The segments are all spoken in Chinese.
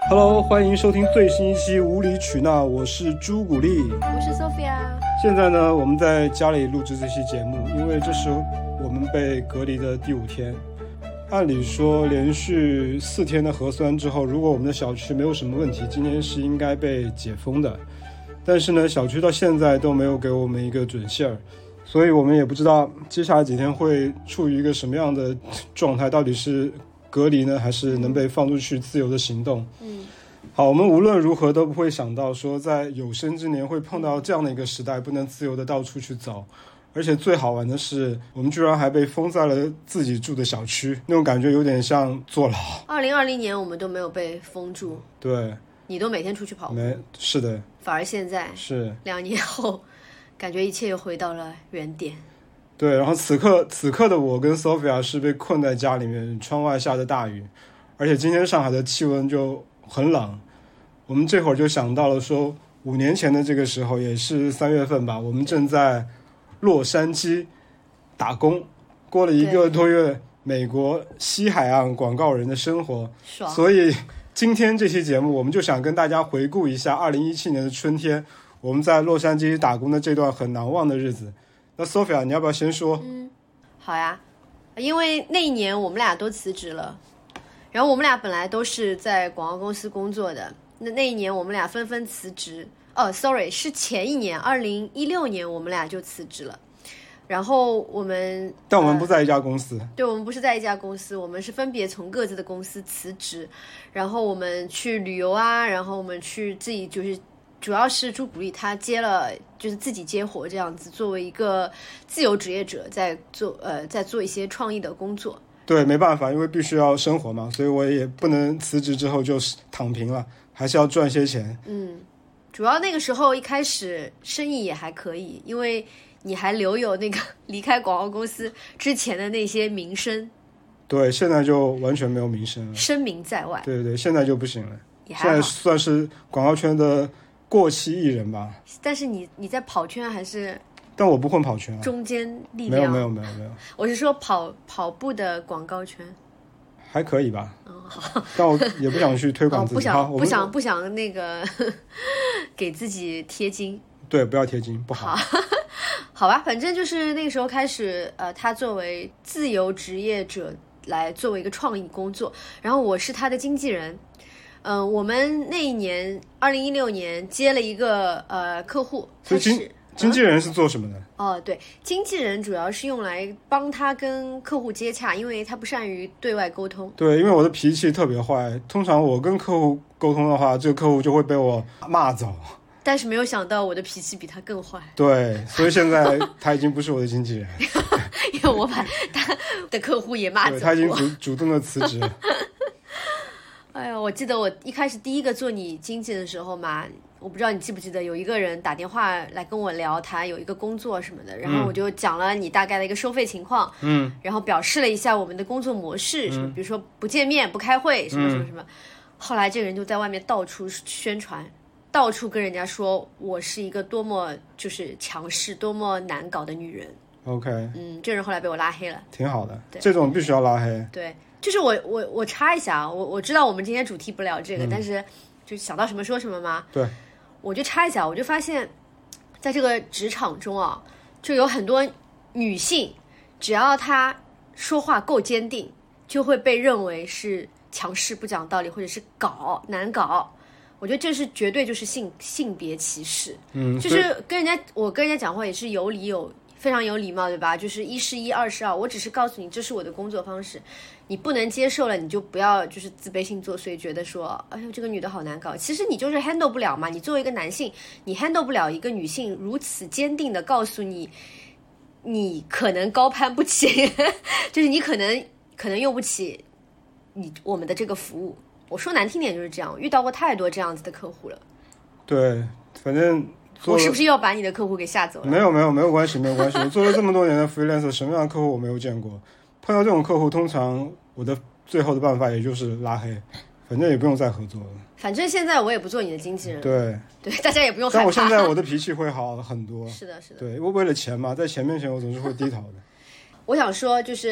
Hello， 欢迎收听最新一期无理取闹，我是朱古力， 我是 Sophia。 现在呢，我们在家里录制这期节目，因为这是我们被隔离的第5天。按理说，连续4天的核酸之后，如果我们的小区没有什么问题，今天是应该被解封的。但是呢，小区到现在都没有给我们一个准信儿，所以我们也不知道接下来几天会处于一个什么样的状态，到底是隔离呢，还是能被放出去自由的行动。好，我们无论如何都不会想到说在有生之年会碰到这样的一个时代，不能自由的到处去走。而且最好玩的是，我们居然还被封在了自己住的小区，那种感觉有点像坐牢。 2020年我们都没有被封住， 对， 你都每天出去跑步， 是的， 反而现在是 2年后，感觉一切又回到了原点。 对，然后此刻的我跟 Sophia 是被困在家里面，窗外下着大雨，而且今天上海的气温就很冷。我们这会儿就想到了说，5年前的这个时候，也是3月份吧，我们正在洛杉矶打工，过了1个多月美国西海岸广告人的生活。所以今天这期节目我们就想跟大家回顾一下2017年的春天，我们在洛杉矶打工的这段很难忘的日子。那 Sophia 你要不要先说？ 好呀，因为那一年我们俩都辞职了，然后我们俩本来都是在广告公司工作的，那一年我们俩纷纷辞职。是前一年2016年我们俩就辞职了。然后但我们不在一家公司。 对，我们不是在一家公司，我们是分别从各自的公司辞职，然后我们去旅游啊，然后我们去自己就是主要是朱古力他就是自己接活这样子，作为一个自由职业者在做一些创意的工作。 对，没办法，因为必须要生活嘛，所以我也不能辞职之后就躺平了，还是要赚些钱。 主要那个时候一开始生意也还可以，因为你还留有那个离开广告公司之前的那些名声。对， 现在就完全没有名声了， 声名在外。 对，现在就不行了，现在算是广告圈的过气艺人吧。 但是你在跑圈还是？ 但我不混跑圈啊。 中间力量。 没有。 我是说跑步的广告圈。 还可以吧。好。但我也不想去推广自己。 不想那个给自己贴金。 对，不要贴金，不好。 好吧，反正就是那个时候开始，他作为自由职业者来作为一个创意工作，然后我是他的经纪人。我们那一年2016年接了一个客户。 所以经纪人是做什么的？ 对，经纪人主要是用来帮他跟客户接洽，因为他不善于对外沟通。 对，因为我的脾气特别坏，通常我跟客户沟通的话，这个客户就会被我骂走。 但是没有想到我的脾气比他更坏。 对，所以现在他已经不是我的经纪人。 因为我把他的客户也骂走了。 对，他已经主动的辞职了。 哎呀，我记得我一开始第一个做你经纪的时候嘛，我不知道你记不记得，有一个人打电话来跟我聊他有一个工作什么的，然后我就讲了你大概的一个收费情况，然后表示了一下我们的工作模式，什么比如说不见面不开会什么什么什么。后来这个人就在外面到处宣传，到处跟人家说我是一个多么就是强势多么难搞的女人。 OK。 这人后来被我拉黑了。 挺好的，这种必须要拉黑。 对，就是我插一下，我知道我们今天主题不聊这个，但是就想到什么说什么嘛。 对， 我就插一下，我就发现在这个职场中啊，就有很多女性，只要她说话够坚定，就会被认为是强势不讲道理，或者是难搞。我觉得这是绝对就是性别歧视。就是我跟人家讲话也是非常有礼貌，对吧？就是1是1，2是2，我只是告诉你这是我的工作方式，你不能接受了，你就不要就是自卑心作祟，觉得说哎呦这个女的好难搞。其实你就是 handle 不了嘛，你作为一个男性，你 handle 不了一个女性如此坚定的告诉你，你可能高攀不起，就是你可能用不起我们的这个服务。我说难听点就是这样，遇到过太多这样子的客户了。 对，反正我是不是要把你的客户给吓走了？ 没有关系。我做了这么多年的 freelancer， 什么样的客户我没有见过。碰到这种客户，通常我的最后的办法也就是拉黑，反正也不用再合作了。 反正现在我也不做你的经纪人。 对， 大家也不用害怕。 但我现在我的脾气会好很多。 是的。 对，我为了钱嘛，在钱面前我总是会低头的。 我想说，就是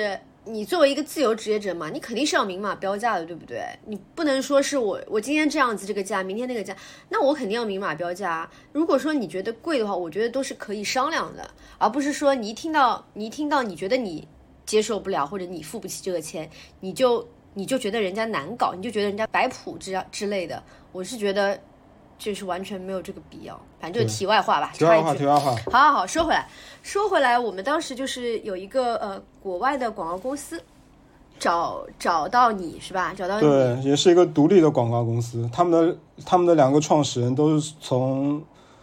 你作为一个自由职业者嘛，你肯定是要明码标价的，对不对？你不能说是我今天这样子这个价，明天那个价，那我肯定要明码标价啊。如果说你觉得贵的话，我觉得都是可以商量的，而不是说你一听到你觉得你接受不了或者你付不起这个钱，你就觉得人家难搞，你就觉得人家摆谱之类的。我是觉得这是完全没有这个必要。反正就是题外话吧， 题外话。 好，说回来，我们当时就是有一个国外的广告公司找到你是吧？找到你， 对，也是一个独立的广告公司。他们的两个创始人都是从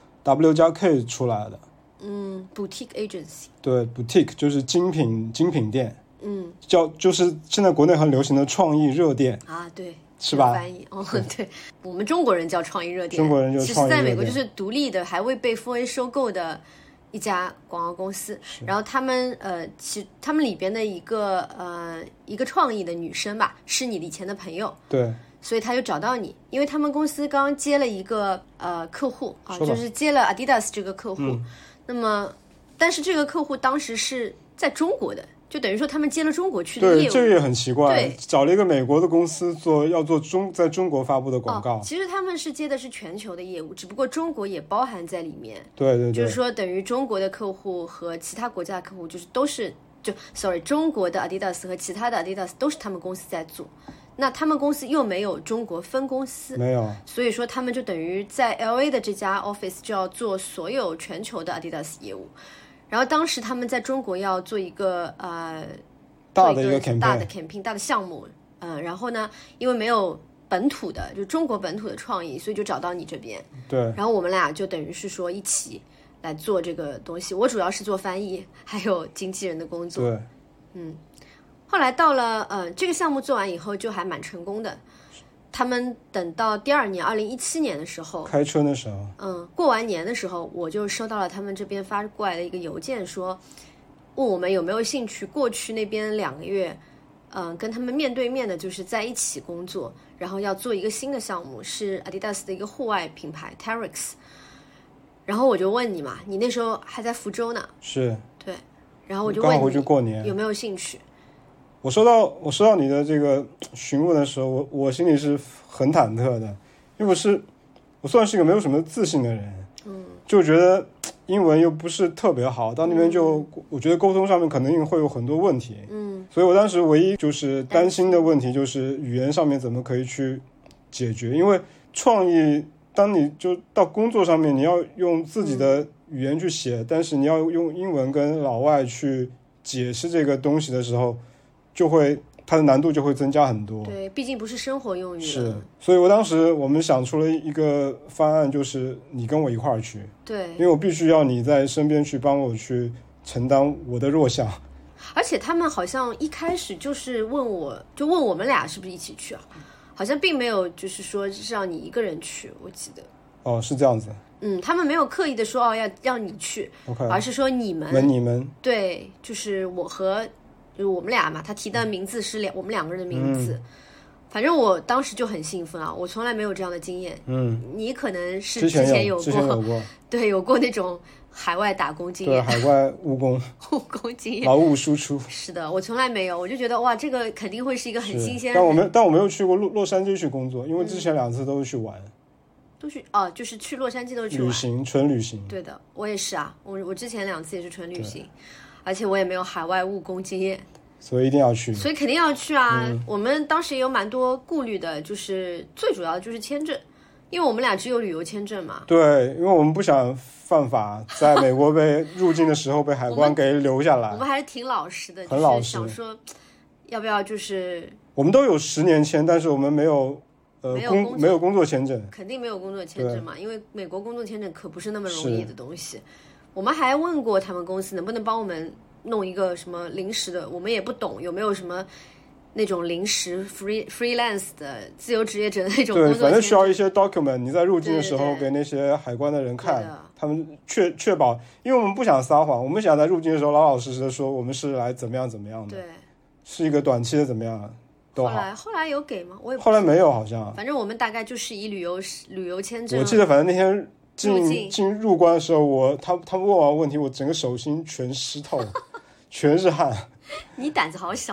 W+K 出来的。 boutique agency。 对 ，boutique 就是精品店。就是现在国内很流行的创意热店啊，对。 是吧？ 翻译对，我们中国人叫创意热点， 中国人就创意热点。 其实在美国就是独立的，还未被 4A 收购的一家广告公司。然后他们他们里边的一个创意的女生吧，是你以前的朋友。 对。 所以他就找到你，因为他们公司刚接了一个客户啊，就是接了 Adidas 这个客户。那么，但是这个客户当时是在中国的。就等于说他们接了中国区的业务。 对，这个也很奇怪，找了一个美国的公司在中国发布的广告。 其实他们是接的是全球的业务，只不过中国也包含在里面。 对， 就是说等于中国的客户和其他国家的客户中国的 Adidas 和其他的 Adidas 都是他们公司在做。那他们公司又没有中国分公司， 没有， 所以说他们就等于在 LA 的这家 office 就要做所有全球的 Adidas 业务。然后当时他们在中国要做一个大的一个 campaign 大的项目，然后呢，因为没有本土的就中国本土的创意，所以就找到你这边。 对。 然后我们俩就等于是说一起来做这个东西，我主要是做翻译，还有经纪人的工作。 对。 后来到了这个项目做完以后就还蛮成功的。他们等到第二年2017年的时候， 开春的时候， 过完年的时候，我就收到了他们这边发过来的一个邮件，说问我们有没有兴趣过去那边2个月，跟他们面对面的，就是在一起工作，然后要做一个新的项目，是 Adidas 的一个户外品牌 Terrex。然后我就问你嘛，你那时候还在福州呢？ 是。 对。然后我就问你刚回去过年有没有兴趣。 我收到你的这个询问的时候，我心里是很忐忑的，因为我算是一个没有什么自信的人，就觉得英文又不是特别好，到那边我觉得沟通上面可能会有很多问题，所以我当时唯一就是担心的问题就是语言上面怎么可以去解决，因为创意当你就到工作上面你要用自己的语言去写，但是你要用英文跟老外去解释这个东西的时候，它的难度就会增加很多。 对，毕竟不是生活用语。 是，所以我们想出了一个方案，就是你跟我一块儿去。 对， 因为我必须要你在身边去帮我去承担我的弱项。 而且他们好像一开始就是问我们俩是不是一起去啊？好像并没有就是说是让你一个人去，我记得。 哦，是这样子。 他们没有刻意的说要让你去， okay, 而是说你们对，就是就是我们俩嘛，他提的名字是我们2个人的名字。反正我当时就很兴奋啊，我从来没有这样的经验。你可能是之前有过，对，有过那种海外打工经验， 对，海外务工经验， 劳务输出。 是的，我从来没有，我就觉得哇，这个肯定会是一个很新鲜。 但我没有去过洛杉矶去工作，因为之前2次都是去玩。 就是去洛杉矶都是去玩旅行，纯旅行。 对的，我也是啊，我之前2次也是纯旅行，而且我也没有海外务工经验， 所以一定要去。 所以肯定要去啊！我们当时也有蛮多顾虑的，就是最主要的就是签证，因为我们俩只有旅游签证嘛。 对，因为我们不想犯法，在美国被入境的时候被海关给留下来。 我们还是挺老实的， 很老实， 就是想说要不要就是我们都有10年签，但是我们没有工作签证， 肯定没有工作签证嘛，因为美国工作签证可不是那么容易的东西。我们还问过他们公司能不能帮我们弄一个什么临时的，我们也不懂有没有什么那种临时 freelance 的自由职业者的那种工作签证。 对，反正需要一些 document， 你在入境的时候给那些海关的人看，他们确保，因为我们不想撒谎，我们想在入境的时候老老实实的说我们是来怎么样怎么样的， 对， 是一个短期的怎么样都好。 后来有给吗？我也不后来没有，好像。 反正我们大概就是以旅游签证。 我记得反正那天入关的时候，他们问完问题，我整个手心全湿透，全是汗。 你胆子好小。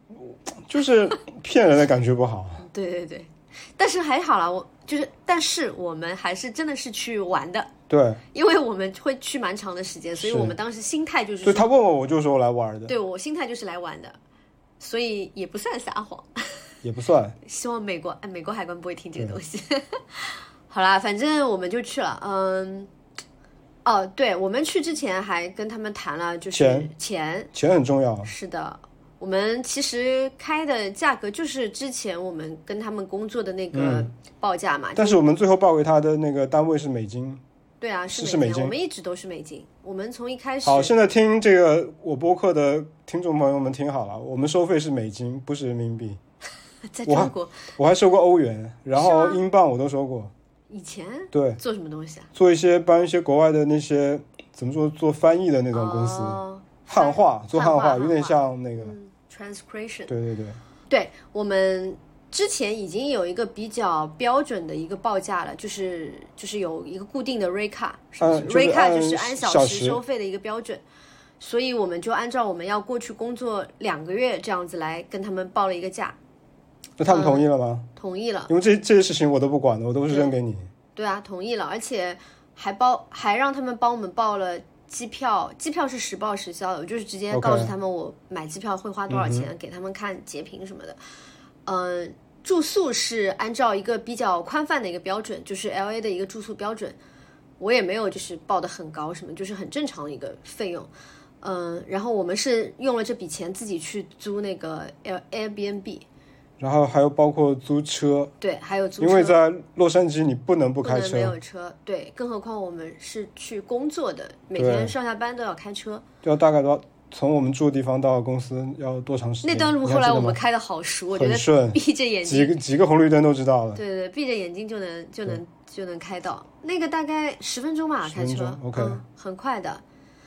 就是骗人的感觉不好。 对对对，但是还好啦，但是我们还是真的是去玩的。 对， 因为我们会去蛮长的时间，所以我们当时心态就是对他问我就说我来玩的。 对，我心态就是来玩的，所以也不算撒谎， 也不算。 希望美国海关不会听这个东西。好啦，反正我们就去了。对，我们去之前还跟他们谈了，就是钱很重要。 是的，我们其实开的价格就是之前我们跟他们工作的那个报价嘛。 但是我们最后报给他的那个单位是美金。 对啊， 是美金， 我们一直都是美金。我们从一开始。 好，现在听这个我播客的听众朋友们听好了，我们收费是美金，不是人民币。 在中国， 我还收过欧元，然后英镑我都收过。 以前对做什么东西啊？ 帮一些国外的那些怎么说做翻译的那种公司，汉化，有点像那个 transcription。 对， 我们之前已经有一个比较标准的一个报价了，就是有一个固定的 rate card，rate card 就是按小时收费的一个标准，所以我们就按照我们要过去工作2个月这样子来跟他们报了一个价。 那他们同意了吗？ 同意了， 因为这些事情我都不管的，我都是扔给你。 对啊，同意了，而且还让他们帮我们报了机票是实报实销的，我就是直接告诉他们我买机票会花多少钱，给他们看截屏什么的。住宿是按照一个比较宽泛的一个标准，就是 LA 的一个住宿标准，我也没有就是报的很高什么，就是很正常的一个费用。然后我们是用了这笔钱自己去租那个 Airbnb， 然后还有包括租车。 对，还有租车， 因为在洛杉矶你不能不开车， 不能没有车。对，更何况我们是去工作的，每天上下班都要开车， 要大概从我们住的地方到公司要多长时间？ 那段路后来我们开的好熟，我觉得闭着眼睛几个红绿灯都知道了。 对，闭着眼睛就能开到。那个大概10分钟吧，开车 ，OK， 很快的。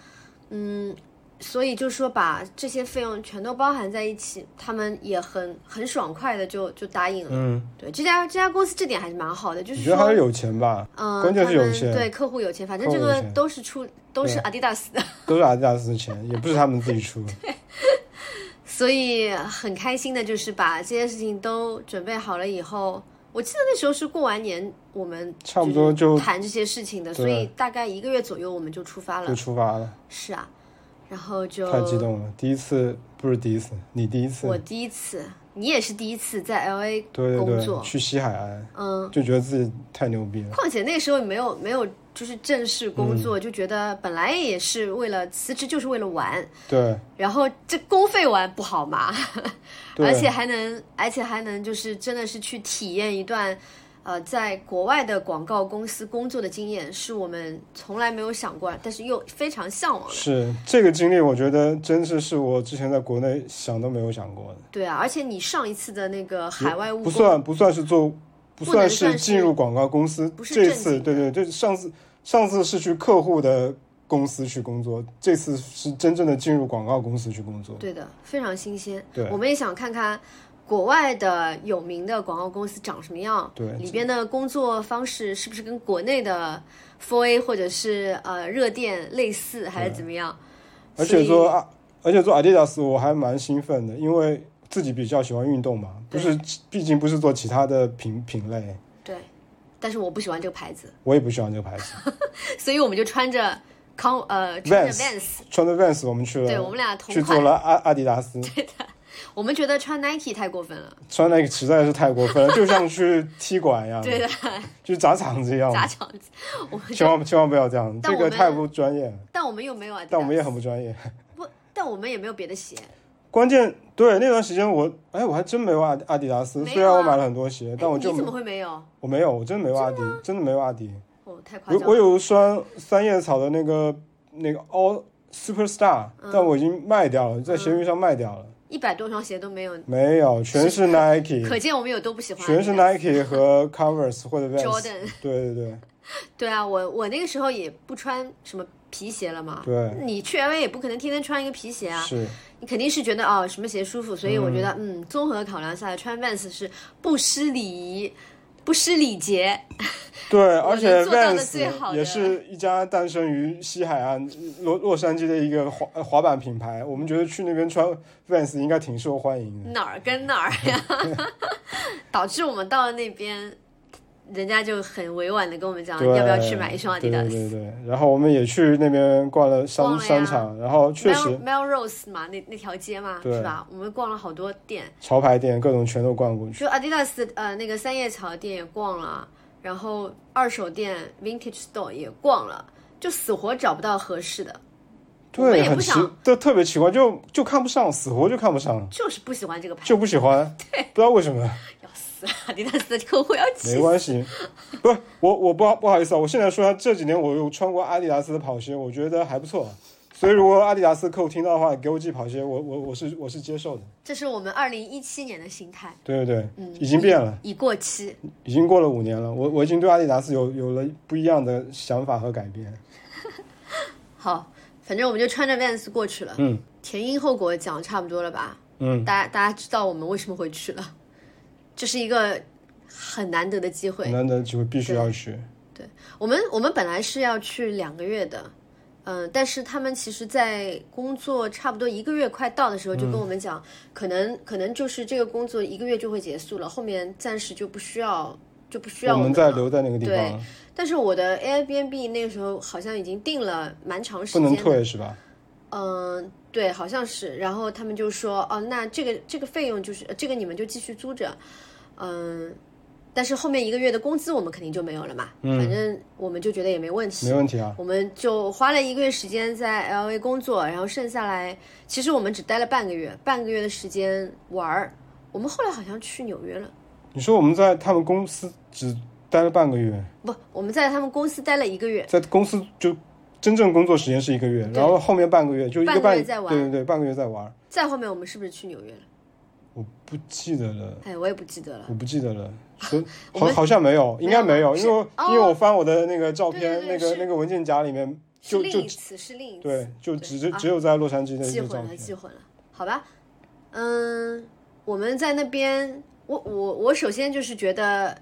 所以就说把这些费用全都包含在一起，他们也很爽快的就答应了。对，这家公司这点还是蛮好的，就是说我觉得还是有钱吧。关键是有钱， 对，客户有钱，反正这个都是阿迪达斯的， 都是阿迪达斯的钱，也不是他们自己出。 对，所以很开心的就是把这些事情都准备好了以后，我记得那时候是过完年，我们差不多就谈这些事情的，所以大概1个月左右我们就出发了。是啊。然后就太激动了，你第一次，我第一次，你也是第一次在 LA 工作，对，去西海岸，就觉得自己太牛逼了。 况且那时候没有就是正式工作，就觉得本来也是为了辞职，就是为了玩。 对。 然后这公费玩不好嘛，而且还能就是真的是去体验一段。在国外的广告公司工作的经验是我们从来没有想过，但是又非常向往的。 是这个经历，我觉得真是我之前在国内想都没有想过的。 对啊，而且你上一次的那个海外务工不算是进入广告公司，这次对，就上次是去客户的公司去工作，这次是真正的进入广告公司去工作。 对的，非常新鲜。 对， 我们也想看看。国外的有名的广告公司长什么样？ 对， 里边的工作方式是不是跟国内的 4A 或者是热电类似，还是怎么样？ 而且做阿迪达斯我还蛮兴奋的，因为自己比较喜欢运动嘛，毕竟不是做其他的品类。 对，但是我不喜欢这个牌子。 我也不喜欢这个牌子， 所以我们就穿着 Vans，我们去了， 对，我们俩同去做了阿迪达斯。 对的。我们觉得穿 Nike 太过分了， 穿 Nike 实在是太过分了，就像去踢馆一样， 对的， 就砸场子一样， 砸场子。我们千万不要这样，这个太不专业了。 但我们又没有， 但我们也很不专业。 但我们也没有别的鞋。 关键对那段时间我还真没有阿迪达斯，虽然我买了很多鞋，但我就你怎么会没有？ 我没有，我真的没有阿迪，真的没有阿迪。 哦，太夸张了。 我有双3叶草的那个 All Superstar，但我已经卖掉了，在闲鱼上卖掉了。 100多双鞋都没有，全是 Nike， 可见我们有多不喜欢。 全是 Nike 和 Converse 或者 Jordan。 对。 对啊，我那个时候也不穿什么皮鞋了嘛。 对。 你去 LA 也不可能天天穿一个皮鞋啊。 是。 你肯定是觉得什么鞋舒服，所以我觉得综合考量下来，穿 Vans 是不失礼仪， 不失礼节。 对，而且做到的最好 Vans 的也是一家诞生于西海岸洛杉矶的一个滑板品牌，我们觉得去那边穿 Vans 应该挺受欢迎的。 哪儿跟哪儿呀？导致我们到了那边，人家就很委婉的跟我们讲，要不要去买一双 Adidas。 对，然后我们也去那边逛了商场，然后确实 Melrose 嘛，那条街嘛，是吧？我们逛了好多店， 潮牌店各种全都逛过去。 就 Adidas 那个三叶草店也逛了，然后二手店 Vintage Store 也逛了，就死活找不到合适的。 对，特别奇怪，就看不上，死活就看不上， 就是不喜欢这个牌子， 就不喜欢， 对， 不知道为什么。 要死啊！阿迪达斯的客户要气死。 没关系，我不好意思啊，我现在说这几年我有穿过阿迪达斯的跑鞋，我觉得还不错。所以如果阿迪达斯客户听到的话，给我寄跑鞋，我是接受的。 这是我们2017年的心态。 对，已经变了， 已过期， 已经过了5年了。我已经对阿迪达斯有了不一样的想法和改变。 好，反正我们就穿着 Vans 过去了。前因后果讲差不多了吧？大家知道我们为什么回去了。这是一个很难得的机会， 很难得的机会，必须要去。 对，我们本来是要去2个月的。但是他们其实在工作差不多1个月快到的时候就跟我们讲，可能就是这个工作1个月就会结束了，后面暂时就不需要我们再留在那个地方。 对，但是我的 Airbnb 那个时候好像已经定了蛮长时间的， 不能退是吧？ 对，好像是。然后他们就说，那这个费用就是这个你们就继续租着，但是后面1个月的工资我们肯定就没有了嘛，反正我们就觉得也没问题， 没问题啊。 我们就花了1个月时间在 LA 工作，然后剩下来，其实我们只待了半个月的时间玩。我们后来好像去纽约了。 你说我们在他们公司只待了半个月？ 不，我们在他们公司待了1个月， 在公司就真正工作时间是1个月，然后后面半个月就半个月在玩。 对，半个月在玩。 再后面我们是不是去纽约了？ 我不记得了。 我也不记得了。 好像没有，应该没有，因为我翻我的那个照片， 对那个文件夹里面是另一次， 对，就只有在洛杉矶的一个照片。 记混了，好吧。我们在那边，我首先就是觉得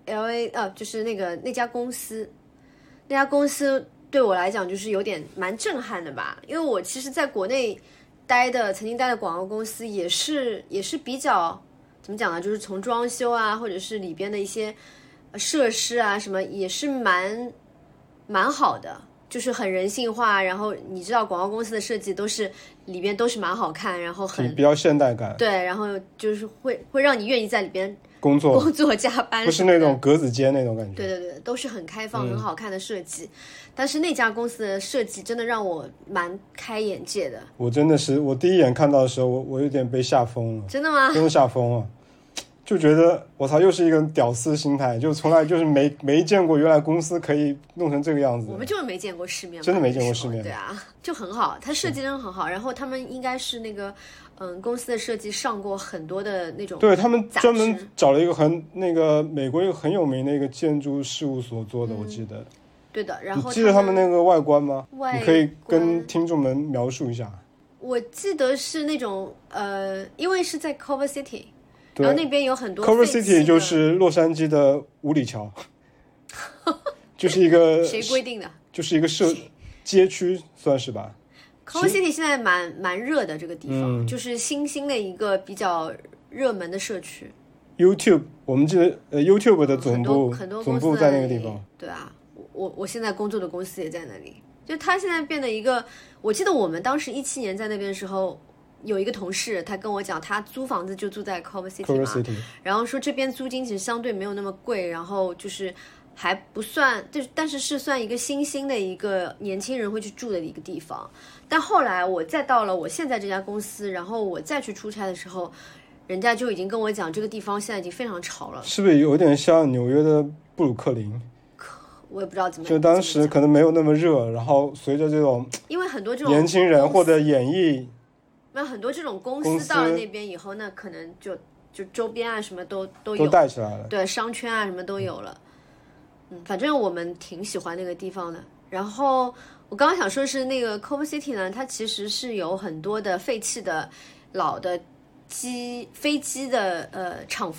LA 就是那家公司对我来讲就是有点蛮震撼的吧，因为我其实在国内曾经待的广告公司也是比较怎么讲呢，就是从装修啊，或者是里边的一些设施啊什么，也是蛮好的，就是很人性化。然后你知道广告公司的设计里边都是蛮好看，然后比较现代感。 对，然后就是会让你愿意在里边工作加班， 不是那种格子间那种感觉。 对，都是很开放很好看的设计。但是那家公司的设计真的让我蛮开眼界的。 我真的是，我第一眼看到的时候，我有点被吓疯了。 真的吗？ 真的吓疯了，就觉得我操，又是一个屌丝心态，就从来就是没见过原来公司可以弄成这个样子。 我们就是没见过世面， 真的没见过世面。 对啊，就很好，它设计真的很好。然后他们应该是那个公司的设计上过很多的那种， 对，他们专门找了一个美国一个很有名的一个建筑事务所做的，我记得。 对的，然后你记得他们那个外观吗？你可以跟听众们描述一下。 我记得是那种因为是在 Culver City， 然后那边有很多 Culver City 就是洛杉矶的五里桥，就是一个谁规定的？ 就是一个街区算是吧。 Culver City 现在蛮热的这个地方，就是新兴的一个比较热门的社区。 YouTube 我们记得YouTube 的总部总部在那个地方。 对啊，我现在工作的公司也在那里。就它现在变得一个，我记得我们当时17年在那边的时候，有一个同事他跟我讲，他租房子就住在 Culver City 嘛，然后说这边租金其实相对没有那么贵，然后就是还不算，但是是算一个新兴的一个年轻人会去住的一个地方。但后来我再到了我现在这家公司，然后我再去出差的时候，人家就已经跟我讲，这个地方现在已经非常潮了。 是不是有点像纽约的布鲁克林？ 我也不知道怎么， 就当时可能没有那么热，然后随着这种因为很多这种年轻人或者演艺， 那很多这种公司到了那边以后，那可能就周边啊什么都有带起来了， 对，商圈啊什么都有了。反正我们挺喜欢那个地方的。然后我刚刚想说是那个 Culver City 呢，它其实是有很多的废弃的老的飞机的厂房。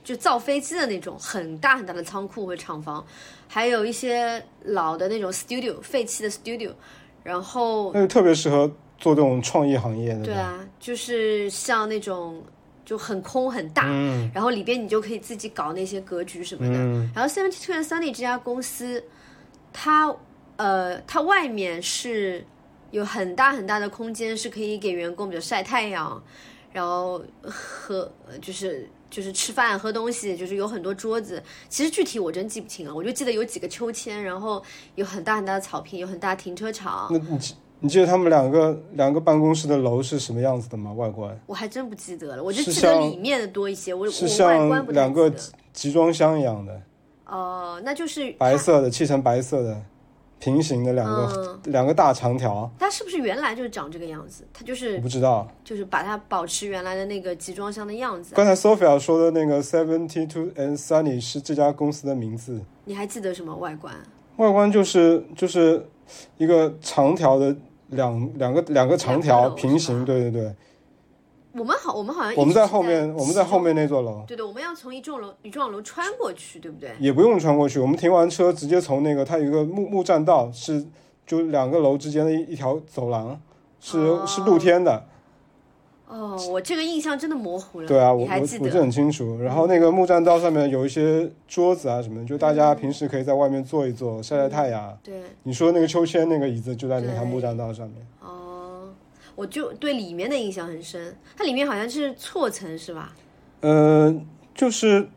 就造飞机的那种很大很大的仓库或厂房，还有一些老的那种 studio 废弃的 studio， 然后那就特别适合做这种创意行业的。 对啊，就是像那种就很空很大，然后里边你就可以自己搞那些格局什么的。然后 72 and Sunny 这家公司，它外面是有很大很大的空间，是可以给员工比如晒太阳，然后喝就是吃饭喝东西，就是有很多桌子。其实具体我真记不清了，我就记得有几个秋千，然后有很大很大的草坪，有很大的停车场。 那你记得他们两个办公室的楼是什么样子的吗？外观？ 我还真不记得了，我就记得里面的多一些。我外观不太记得。 两个集装箱一样的。 那就是白色的，漆成白色的，平行的两个大长条。 它是不是原来就是长这个样子？它就是我不知道， 就是把它保持原来的那个集装箱的样子。 刚才 Sophia 说的那个72 and Sunny 是这家公司的名字。 你还记得什么外观？ 外观就是一个长条的两个长条平行，对对对。 我们好像我们在后面那座楼。 对的，我们要从一幢楼穿过去，对不对？ 也不用穿过去，我们停完车直接从那个它有一个木栈道，是就两个楼之间的一条走廊，是露天的。 我这个印象真的模糊了。 对啊， 你还记得？ 我记得很清楚。然后那个木栈道上面有一些桌子啊什么的，就大家平时可以在外面坐一坐，晒晒太阳。 对。 你说那个秋千那个椅子就在那条木栈道上面。 我就对里面的印象很深，它里面好像是错层是吧？ 就是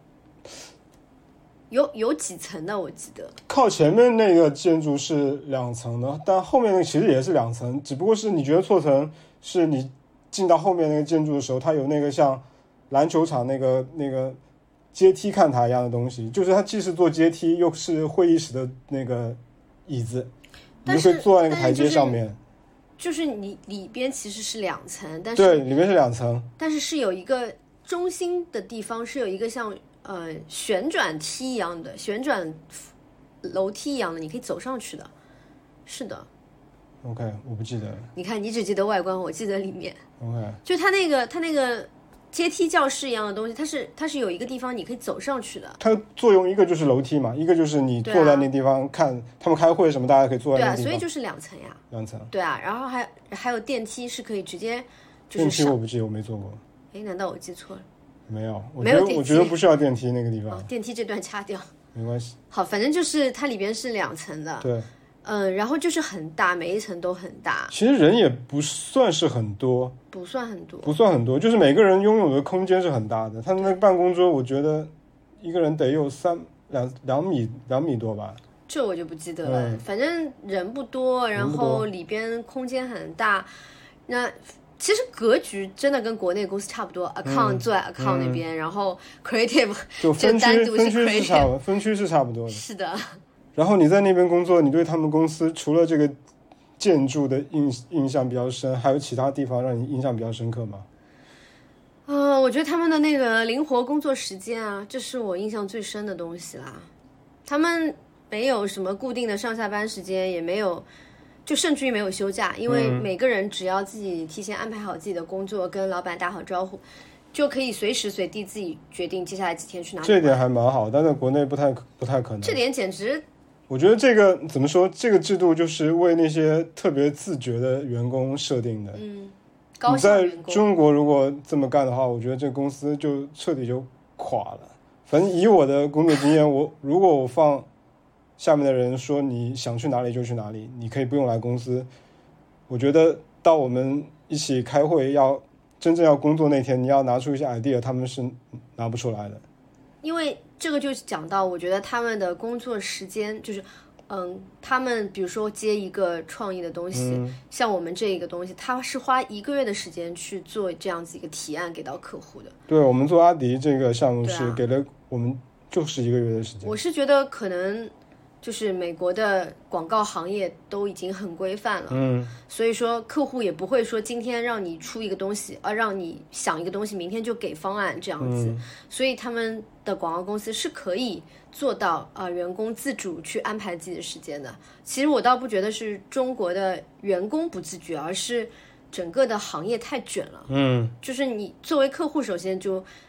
有几层的，我记得。 靠前面那个建筑是2层的，但后面那个其实也是2层，只不过是你觉得错层是你进到后面那个建筑的时候，它有那个像篮球场那个阶梯看台一样的东西，就是它既是做阶梯又是会议室的那个椅子，你就可以坐在那个台阶上面。 就是你里边其实是2层，但是对，里面是2层， 但是有一个中心的地方是有一个像旋转梯一样的旋转楼梯一样的，你可以走上去的。是的。 OK， 我不记得了。 你看，你只记得外观，我记得里面。 OK， 就它那个阶梯教室一样的东西，它是有一个地方你可以走上去的。 它作用一个就是楼梯嘛，一个就是你坐在那地方看他们开会什么，大家可以坐在那地方。 对啊，所以就是2层呀。 2层。 对啊，然后还有电梯是可以直接就是电梯我不记得，我没坐过。 难道我记错了？ 没有，我觉得不需要电梯那个地方。 电梯这段掐掉。 没关系。 好，反正就是它里边是2层的。 对。 然后就是很大，每一层都很大。 其实人也不算是很多， 不算很多， 就是每个人拥有的空间是很大的。他们那个办公桌，我觉得一个人得有两米多吧。 这我就不记得了，反正人不多，然后里边空间很大。那其实格局真的跟国内公司差不多，account 坐在 account 那边，然后 creative 就单独是 creative， 分区是差不多的。 是的。 然后你在那边工作，你对他们公司除了这个建筑的印象比较深，还有其他地方让你印象比较深刻吗？ 我觉得他们的那个灵活工作时间啊，这是我印象最深的东西啦。他们没有什么固定的上下班时间，也没有，就甚至于没有休假，因为每个人只要自己提前安排好自己的工作，跟老板打好招呼，就可以随时随地自己决定接下来几天去哪里。 这点还蛮好，但在国内不太可能。 这点简直。 我觉得这个怎么说？这个制度就是为那些特别自觉的员工设定的。 高效员工。 你在中国如果这么干的话，我觉得这个公司就彻底就垮了。反正以我的工作经验，如果我放下面的人说你想去哪里就去哪里，你可以不用来公司，我觉得到我们一起开会真正要工作那天，你要拿出一些 idea， 他们是拿不出来的。 因为这个就讲到，我觉得他们的工作时间就是，他们比如说接一个创意的东西，像我们这一个东西，他是花1个月的时间去做这样子一个提案给到客户的。 对，我们做阿迪这个项目是给了我们就是1个月的时间。 我是觉得可能就是美国的广告行业都已经很规范了，所以说客户也不会说今天让你出一个东西，让你想一个东西，明天就给方案这样子，所以他们的广告公司是可以做到员工自主去安排自己的时间的。其实我倒不觉得是中国的员工不自觉，而是整个的行业太卷了。就是你作为客户，首先就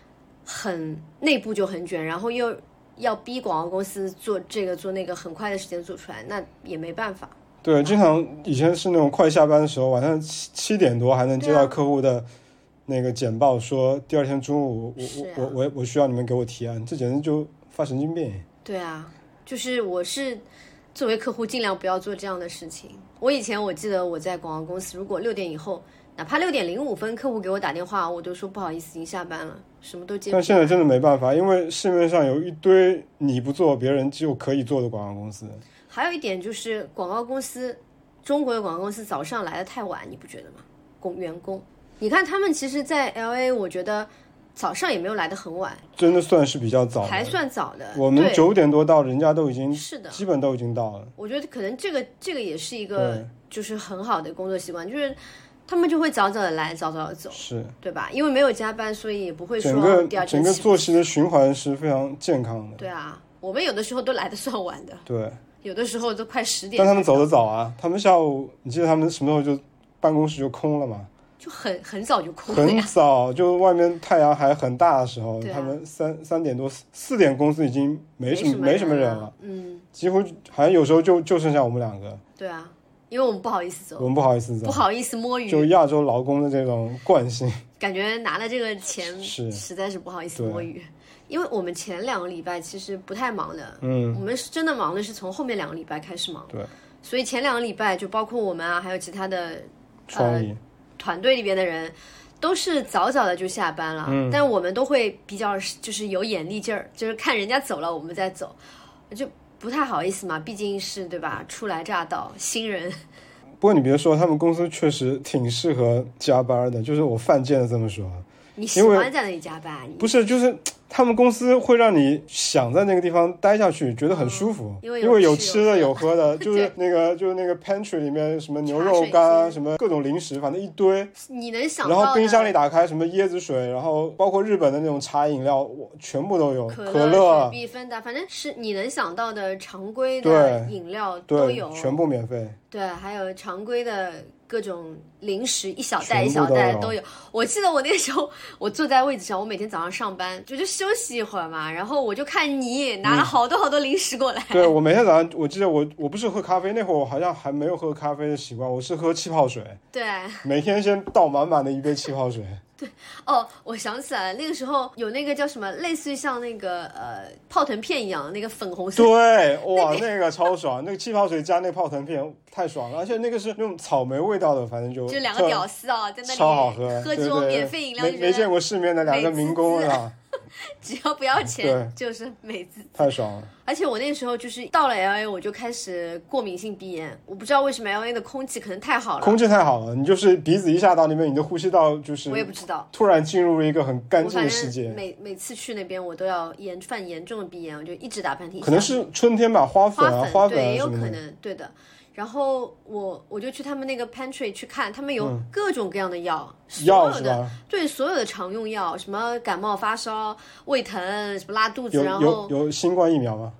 很内部就很卷，然后又要逼广告公司做这个做那个，很快的时间做出来，那也没办法。 对，经常以前是那种快下班的时候，晚上7点多还能接到客户的那个简报，说第二天中午我需要你们给我提案，这简直就发神经病。 对啊，就是我是作为客户尽量不要做这样的事情。我以前我记得我在广告公司，如果6点以后，哪怕6点05分客户给我打电话，我都说不好意思，已经下班了，什么都接不了。 但现在真的没办法，因为市面上有一堆你不做别人就可以做的广告公司。 还有一点就是广告公司，中国的广告公司早上来的太晚，你不觉得吗？员工，你看他们其实在 LA 我觉得早上也没有来得很晚， 真的算是比较早的， 还算早的。 我们9点多到，人家都已经是的， 基本都已经到了。 我觉得可能这个也是一个就是很好的工作习惯，就是他们就会早早的来，早早的走， 是对吧？因为没有加班，所以也不会说整个作息的循环是非常健康的。 对啊，我们有的时候都来得算晚的， 对， 有的时候都快10点。 但他们走得早啊，他们下午你记得他们什么时候就办公室就空了吗？ 就很早就空了呀， 很早，就外面太阳还很大的时候， 啊、 他们3点多4点公司已经没什么人了，几乎好像有时候就剩下我们2个。 对啊，因为我们不好意思走， 我们不好意思走， 不好意思摸鱼， 就亚洲劳工的这种惯性， 感觉拿了这个钱实在是不好意思摸鱼。因为我们前2个礼拜其实不太忙的，我们是真的忙的是从后面2个礼拜开始忙， 对， 所以前2个礼拜就包括我们啊，还有其他的创意。 团队里边的人都是早早的就下班了，但我们都会比较就是有眼力劲儿，就是看人家走了我们再走，就不太好意思嘛，毕竟是对吧，初来乍到新人。 不过你别说，他们公司确实挺适合加班的，就是我犯贱的这么说。 你喜欢在那里加班？ 不是，就是他们公司会让你想在那个地方待下去，觉得很舒服，因为有吃的有喝的，就是那个pantry 里面什么牛肉干，什么各种零食，反正一堆。 你能想到的， 然后冰箱里打开什么椰子水，然后包括日本的那种茶饮料，全部都有，可乐、 雪碧、芬达，反正是你能想到的常规的饮料都有， 全部免费。 对，还有常规的各种零食，一小袋一小袋都有。我记得我那个时候，我坐在位置上，我每天早上上班就休息一会儿嘛，然后我就看你拿了好多好多零食过来。 对，我每天早上，我记得我不是喝咖啡，那会儿我好像还没有喝咖啡的习惯，我是喝气泡水。 对， 每天先倒满满的一杯气泡水。 对，哦，我想起来了，那个时候有那个叫什么，类似于像那个泡腾片一样的那个粉红色。 对，哇，那个超爽，那个气泡水加那个泡腾片太爽了，而且那个是那种草莓味道的，反正就 2个屌丝啊，在那里超好喝， 喝这种免费饮料， 没见过世面的2个民工啊。 只要不要钱就是美滋滋， 太爽了。 而且我那时候就是到了 LA 我就开始过敏性鼻炎，我不知道为什么 LA 的空气可能太好了， 空气太好了，你就是鼻子一下到那边，你的呼吸道就是我也不知道， 突然进入了一个很干净的世界。 每次去那边我都要犯严重的鼻炎，我就一直打喷嚏。 可能是春天吧，花粉对，也有可能，对的。然后我就去他们那个 pantry 去看，他们有各种各样的药，所有的对所有的常用药，什么感冒发烧、胃疼、什么拉肚子，然后有新冠疫苗吗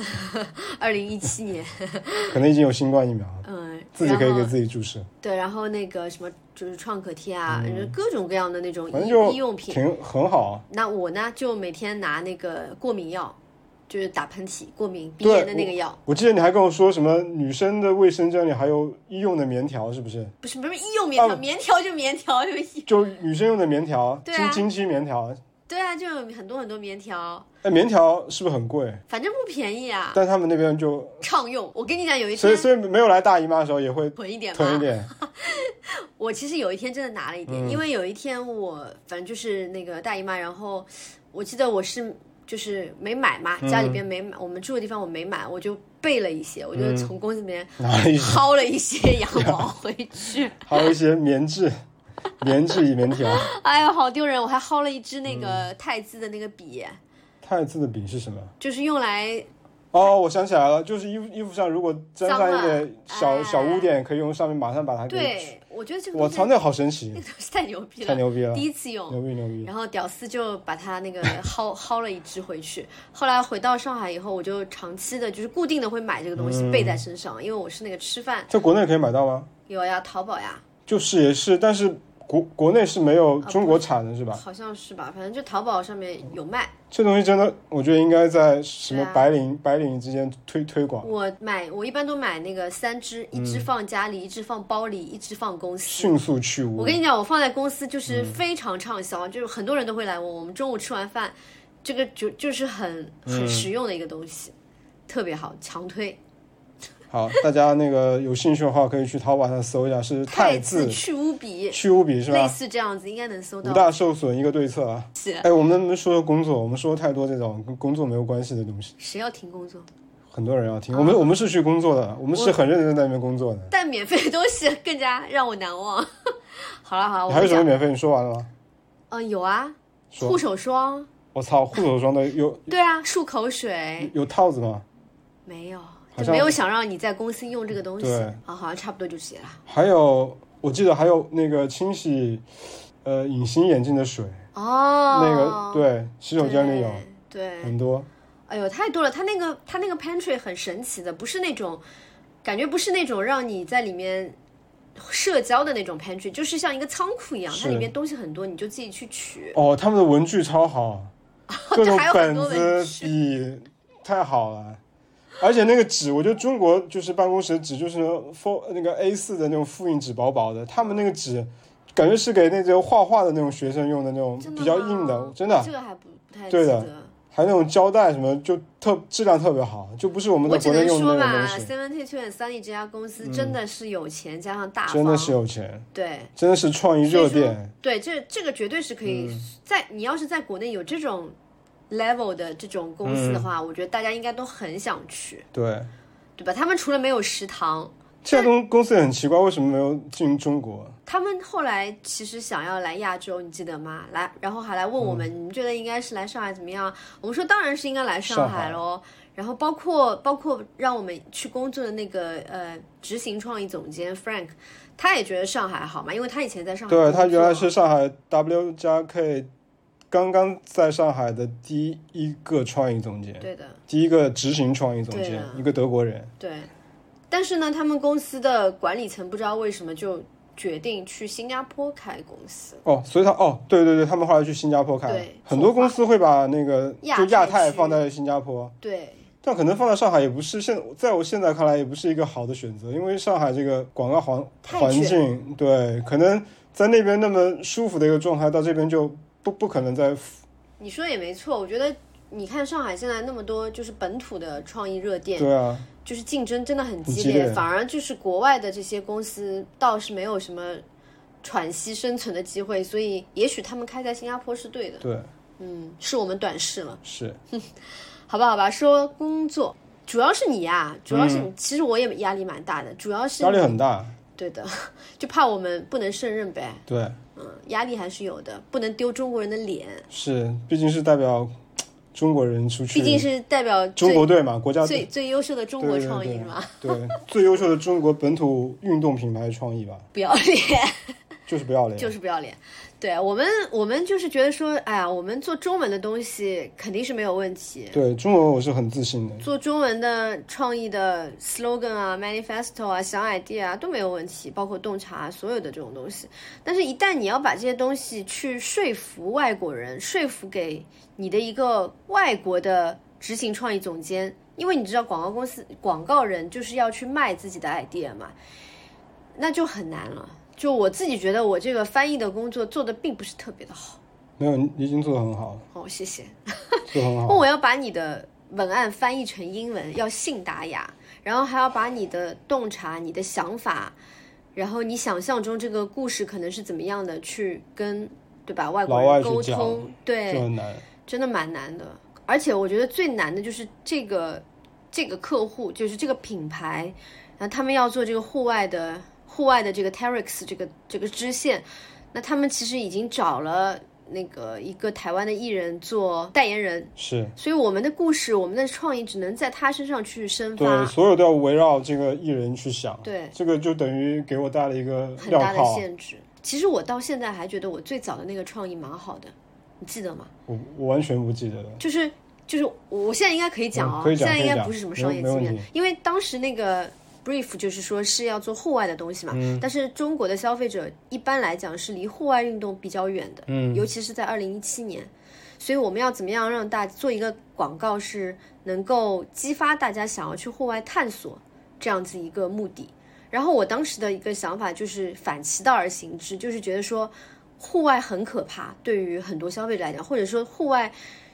？2017年可能已经有新冠疫苗了，自己可以给自己注射。 对，然后那个什么就是创可贴啊，各种各样的那种医用品， 很好。 那我呢就每天拿那个过敏药。就是打喷嚏、过敏、鼻炎的那个药。 我记得你还跟我说什么女生的卫生间里还有医用的棉条，是不是？ 不是医用棉条，棉条就棉条就女生用的棉条，经期棉条。 对啊，就有很多很多棉条。 棉条是不是很贵？ 反正不便宜啊。 但他们那边就畅用。我跟你讲，有一天， 所以没有来大姨妈的时候也会囤一点。我其实有一天真的拿了一点，因为有一天我反正就是那个大姨妈，然后我记得我是。就是没买嘛，家里边没买，我们住的地方我没买，我就备了一些，我就从公司里面薅了一些羊毛回去， 还有一些棉质棉条。 哎呀，好丢人！我还薅了一支那个汰渍的那个笔。 汰渍的笔是什么？ 就是用来。 哦，我想起来了，就是衣服上如果沾上一点小污点，可以用上面马上把它给。 对，我觉得这个我操，那好神奇， 那个东西太牛逼了， 太牛逼了， 第一次用， 牛逼。 然后屌丝就把它那个薅了一支回去。后来回到上海以后，我就长期的就是固定的会买这个东西备在身上，因为我是那个吃饭。 在国内可以买到吗？ 有呀，淘宝呀。 就是也是，但是国内是没有中国产的是吧？ 好像是吧，反正就淘宝上面有卖。 这东西真的，我觉得应该在什么白领之间推广。 我一般都买那个3只，一只放家里，一只放包里，一只放公司， 迅速去污。 我跟你讲，我放在公司就是非常畅销，就是很多人都会来问我们中午吃完饭，这个就是很实用的一个东西，特别好，强推。 好，大家那个有兴趣的话，可以去淘宝上搜一下，是汰字去污笔， 去污笔是吧？ 类似这样子，应该能搜到。 5大受损一个对策啊！ 是。 哎，我们能不能说说工作？我们说太多这种跟工作没有关系的东西。 谁要听工作？ 很多人要听。我们是去工作的，我们是很认真在那边工作的。 但免费的东西更加让我难忘。好了， 你还有什么免费？你说完了吗？ 有啊，护手霜。 我操，护手霜的有。 对啊，漱口水。 有套子吗？ 没有。就没有想让你在公司用这个东西。 对， 好像差不多就这些了。 还有，我记得还有那个清洗，隐形眼镜的水。 哦。 那个对，洗手间里有。 对。 很多。 哎呦，太多了！它那个 pantry 很神奇的，不是那种感觉，不是那种让你在里面社交的那种 pantry， 就是像一个仓库一样，它里面东西很多，你就自己去取。 哦，他们的文具超好，各种本子、笔，太好了。而且那个纸，我觉得中国就是办公室的纸，就是那个 A4 的那种复印纸，薄薄的。他们那个纸，感觉是给那种画画的那种学生用的那种比较硬的，真的。 这个还不太对的，还有那种胶带什么，就质量特别好，就不是我们的国内用的那种东西。 我只能说吧 ，72 and Sunny 这家公司真的是有钱加上大方， 真的是有钱， 对， 真的是创意热点。 对，这个绝对是可以你要是在国内有这种level 的这种公司的话，我觉得大家应该都很想去， 对吧？他们除了没有食堂， 这家公司也很奇怪，为什么没有进中国？ 他们后来其实想要来亚洲，你记得吗？然后还来问我们，你们觉得应该是来上海怎么样？我们说当然是应该来上海咯。然后包括让我们去工作的那个执行创意总监 Frank， 他也觉得上海好嘛，因为他以前在上海工作。 对，他原来是上海 W+K。刚刚在上海的第一个创意总监， 对的， 第一个执行创意总监，一个德国人。 对，但是呢，他们公司的管理层不知道为什么就决定去新加坡开公司。 所以对，他们后来去新加坡开了。很多公司会把那个就亚太放在新加坡。 对。 但可能放在上海也不是在我现在看来也不是一个好的选择，因为上海这个广告环境，对，可能在那边那么舒服的一个状态，到这边就。不可能再。 你说也没错，我觉得你看上海现在那么多就是本土的创意热店， 对啊， 就是竞争真的很激烈，反而就是国外的这些公司倒是没有什么喘息生存的机会，所以也许他们开在新加坡是对的。 对， 是我们短视了。 是， 好吧，说工作主要是你呀，主要是你，其实我也压力蛮大的，主要是压力很大。 对的，就怕我们不能胜任呗。 对。 压力还是有的，不能丢中国人的脸。 是，毕竟是代表中国人出去， 毕竟是代表中国队嘛，国家最优秀的中国创意是吧？ 对，最优秀的中国本土运动品牌创意吧。 不要脸， 就是不要脸， 就是不要脸。对，我们就是觉得说，哎呀，我们做中文的东西肯定是没有问题。 对，中文我是很自信的。 做中文的创意的 slogan 啊 manifesto 啊小 idea 啊都没有问题，包括洞察所有的这种东西。但是一旦你要把这些东西去说服外国人，说服给你的一个外国的执行创意总监，因为你知道广告公司广告人就是要去卖自己的 idea 嘛，那就很难了。就我自己觉得我这个翻译的工作做的并不是特别的好。 没有，你已经做得很好了。 哦，谢谢。 做得很好。 我要把你的文案翻译成英文，要信达雅，然后还要把你的洞察、你的想法，然后你想象中这个故事可能是怎么样的，去跟对吧外国人沟通，对， 就很难，真的蛮难的。而且我觉得最难的就是这个客户，就是这个品牌，然后他们要做这个户外的这个 Terex 这个支线，那他们其实已经找了那个一个台湾的艺人做代言人， 是， 所以我们的故事，我们的创意只能在他身上去生发， 对，所有都要围绕这个艺人去想， 对， 这个就等于给我带了一个很大的限制。其实我到现在还觉得我最早的那个创意蛮好的，你记得吗？ 我完全不记得了。就是我现在应该可以讲可以讲， 现在应该不是什么商业机密，因为当时那个 brief 就是说是要做户外的东西嘛，但是中国的消费者一般来讲是离户外运动比较远的，尤其是在2017年，所以我们要怎么样让大家做一个广告是能够激发大家想要去户外探索这样子一个目的。然后我当时的一个想法就是反其道而行之，就是觉得说户外很可怕，对于很多消费者来讲，或者说户外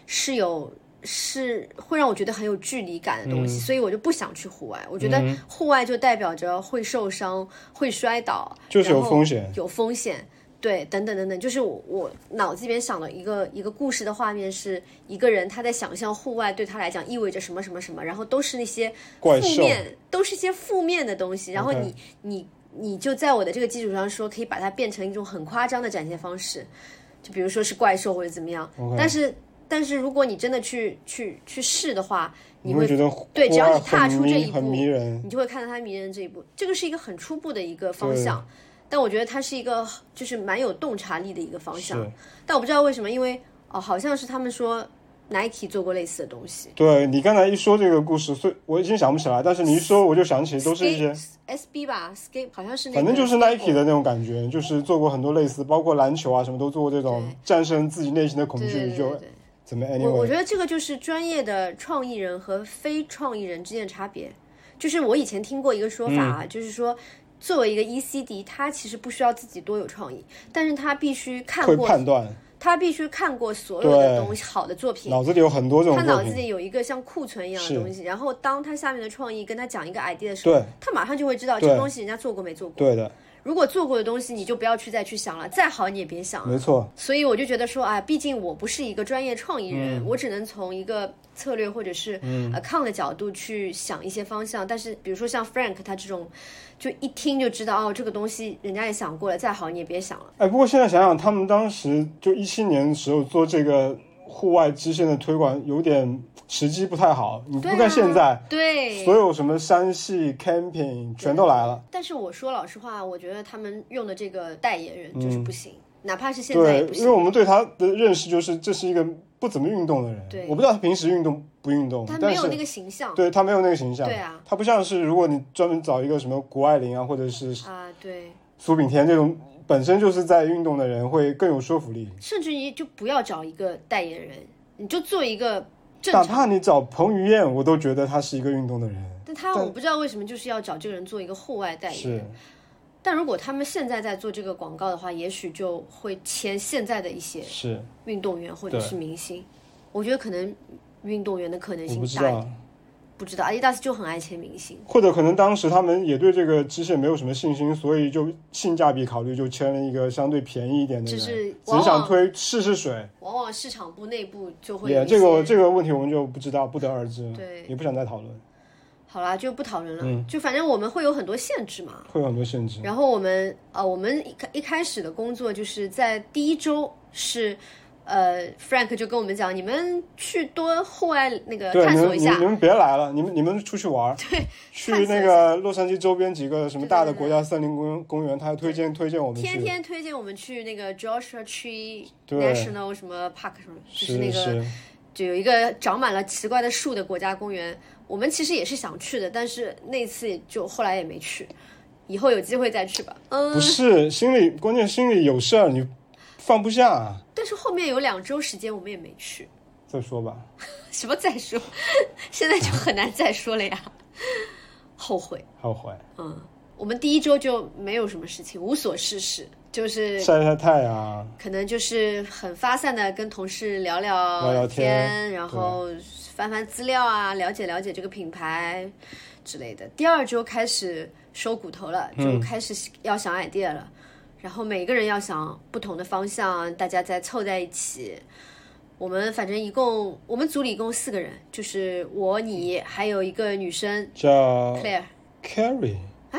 是会让我觉得很有距离感的东西，所以我就不想去户外。我觉得户外就代表着会受伤、会摔倒， 就是有风险， 有风险，对，等等等等。就是我脑子里边想的一个故事的画面，是一个人他在想象户外对他来讲意味着什么什么什么，然后都是那些负面，都是一些负面的东西，然后你就在我的这个基础上说，可以把它变成一种很夸张的展现方式，就比如说是怪兽或者怎么样。但是如果你真的去试的话，你会觉得对，只要你踏出这一步， 很迷人， 你就会看到它迷人这一步。这个是一个很初步的一个方向，但我觉得它是一个就是蛮有洞察力的一个方向。但我不知道为什么，因为好像是他们说 Nike 做过类似的东西。 对，你刚才一说这个故事，所以我已经想不起来，但是你一说我就想起都是一些 SB 吧 ，Skate 好像是那个， 反正就是 Nike 的那种感觉，就是做过很多类似，包括篮球啊什么都做过这种战胜自己内心的恐惧， 对就怎么 anyway。 我觉得这个就是专业的创意人和非创意人之间的差别。就是我以前听过一个说法啊，就是说作为一个 ECD， 他其实不需要自己多有创意，但是他必须看过， 会判断， 他必须看过所有的东西，好的作品， 脑子里有很多这种作品， 他脑子里有一个像库存一样的东西，然后当他下面的创意跟他讲一个 idea 的时候，他马上就会知道这个东西人家做过没做过。 对的。 如果做过的东西你就不要再去想了，再好你也别想了。 没错。所以我就觉得说毕竟我不是一个专业创意人，我只能从一个策略或者是account 的角度去想一些方向。但是比如说像 Frank 他这种就一听就知道这个东西人家也想过了，再好你也别想了。 不过现在想想，他们当时就17年的时候做这个户外支线的推广有点时机不太好，你不看现在， 对， 所有什么山系 camping 全都来了。 但是我说老实话，我觉得他们用的这个代言人就是不行，哪怕是现在也不行。 对，因为我们对他的认识就是这是一个不怎么运动的人。 对， 我不知道他平时运动不运动， 他没有那个形象。 对，他没有那个形象。 对啊， 他不像是如果你专门找一个什么谷爱凌啊，或者是对， 苏炳添这种本身就是在运动的人会更有说服力。 甚至于就不要找一个代言人，你就做一个正常。 哪怕你找彭于晏，我都觉得他是一个运动的人。 但我不知道为什么就是要找这个人做一个户外代言人。但如果他们现在在做这个广告的话，也许就会签现在的一些运动员或者是明星。我觉得可能运动员的可能性大一点。不知道，阿迪达斯就很爱签明星， 或者可能当时他们也对这个支线没有什么信心，所以就性价比考虑就签了一个相对便宜一点的人， 只想试水。 往往市场部内部就会这个问题我们就不知道，不得而知。 对， 也不想再讨论。 好啦，就不讨论了。就反正我们会有很多限制嘛， 会有很多限制。 然后我们一开始的工作就是在第一周是。Frank 就跟我们讲，你们去多户外那个探索一下。 你们别来了，你们出去玩。 对， 去那个洛杉矶周边几个什么大的国家森林公园，他还推荐我们去。 天天推荐我们去那个 Joshua Tree National 什么 Park 什么，就是那个就有一个长满了奇怪的树的国家公园。我们其实也是想去的，但是那次就后来也没去，以后有机会再去吧。 不是关键心里有事儿，你放不下。 但是后面有2周时间我们也没去。 再说吧。 什么再说？现在就很难再说了呀。后悔。我们第一周就没有什么事情，无所事事，就是晒太阳， 可能就是很发散的跟同事聊聊天，然后翻翻资料啊，了解这个品牌之类的。第2周开始收骨头了，就开始要想 idea 了。然后每个人要想不同的方向，大家再凑在一起。我们反正我们组里一共4个人，就是我、你，还有一个女生叫 Carrie。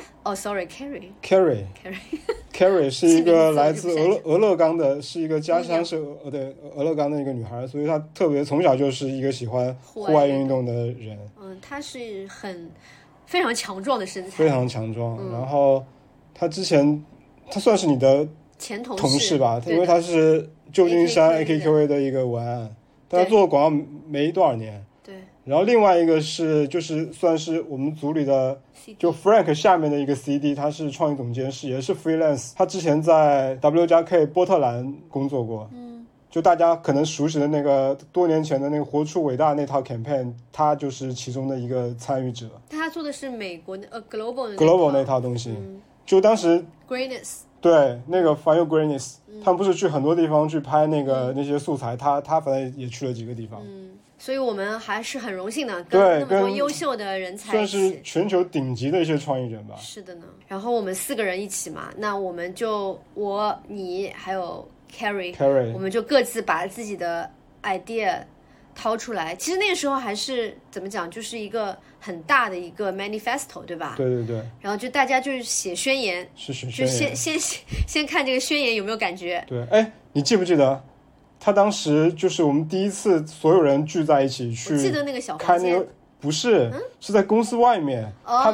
Carrie 是一个来自俄勒冈的，是一个家乡是俄勒冈的一个女孩，所以她从小就是一个喜欢户外运动的人。 她是非常强壮的身材， 非常强壮。然后她之前。他算是你的前同事吧，因为他是旧金山 AKQA 的一个文案，但他做广告没多少年。 对。 然后另外一个是就是算是我们组里的就 Frank 下面的一个 CD， 他是创意总监，也是 freelance， 他之前在 W+K 波特兰工作过。就大家可能熟悉的那个多年前的那个活出伟大那套 campaign， 他就是其中的一个参与者。 他做的是美国的 global 那套东西。就当时 Greenness， 对，那个 Fire Greenness，他们不是去很多地方去拍那些素材，他反正也去了几个地方。 所以我们还是很荣幸的，跟那么多优秀的人才一起， 算是全球顶级的一些创意人吧。 是的呢。然后我们4个人一起嘛，那我们就你还有 Carrie， 我们就各自把自己的 idea 掏出来。其实那个时候还是怎么讲，就是一个很大的一个 manifesto， 对吧？ 对对对。 然后就大家就是写宣言， 是写宣言， 就先看这个宣言有没有感觉。 对，哎，你记不记得？他当时就是我们第一次所有人聚在一起去， 我记得那个小开那个不是，是在公司外面。他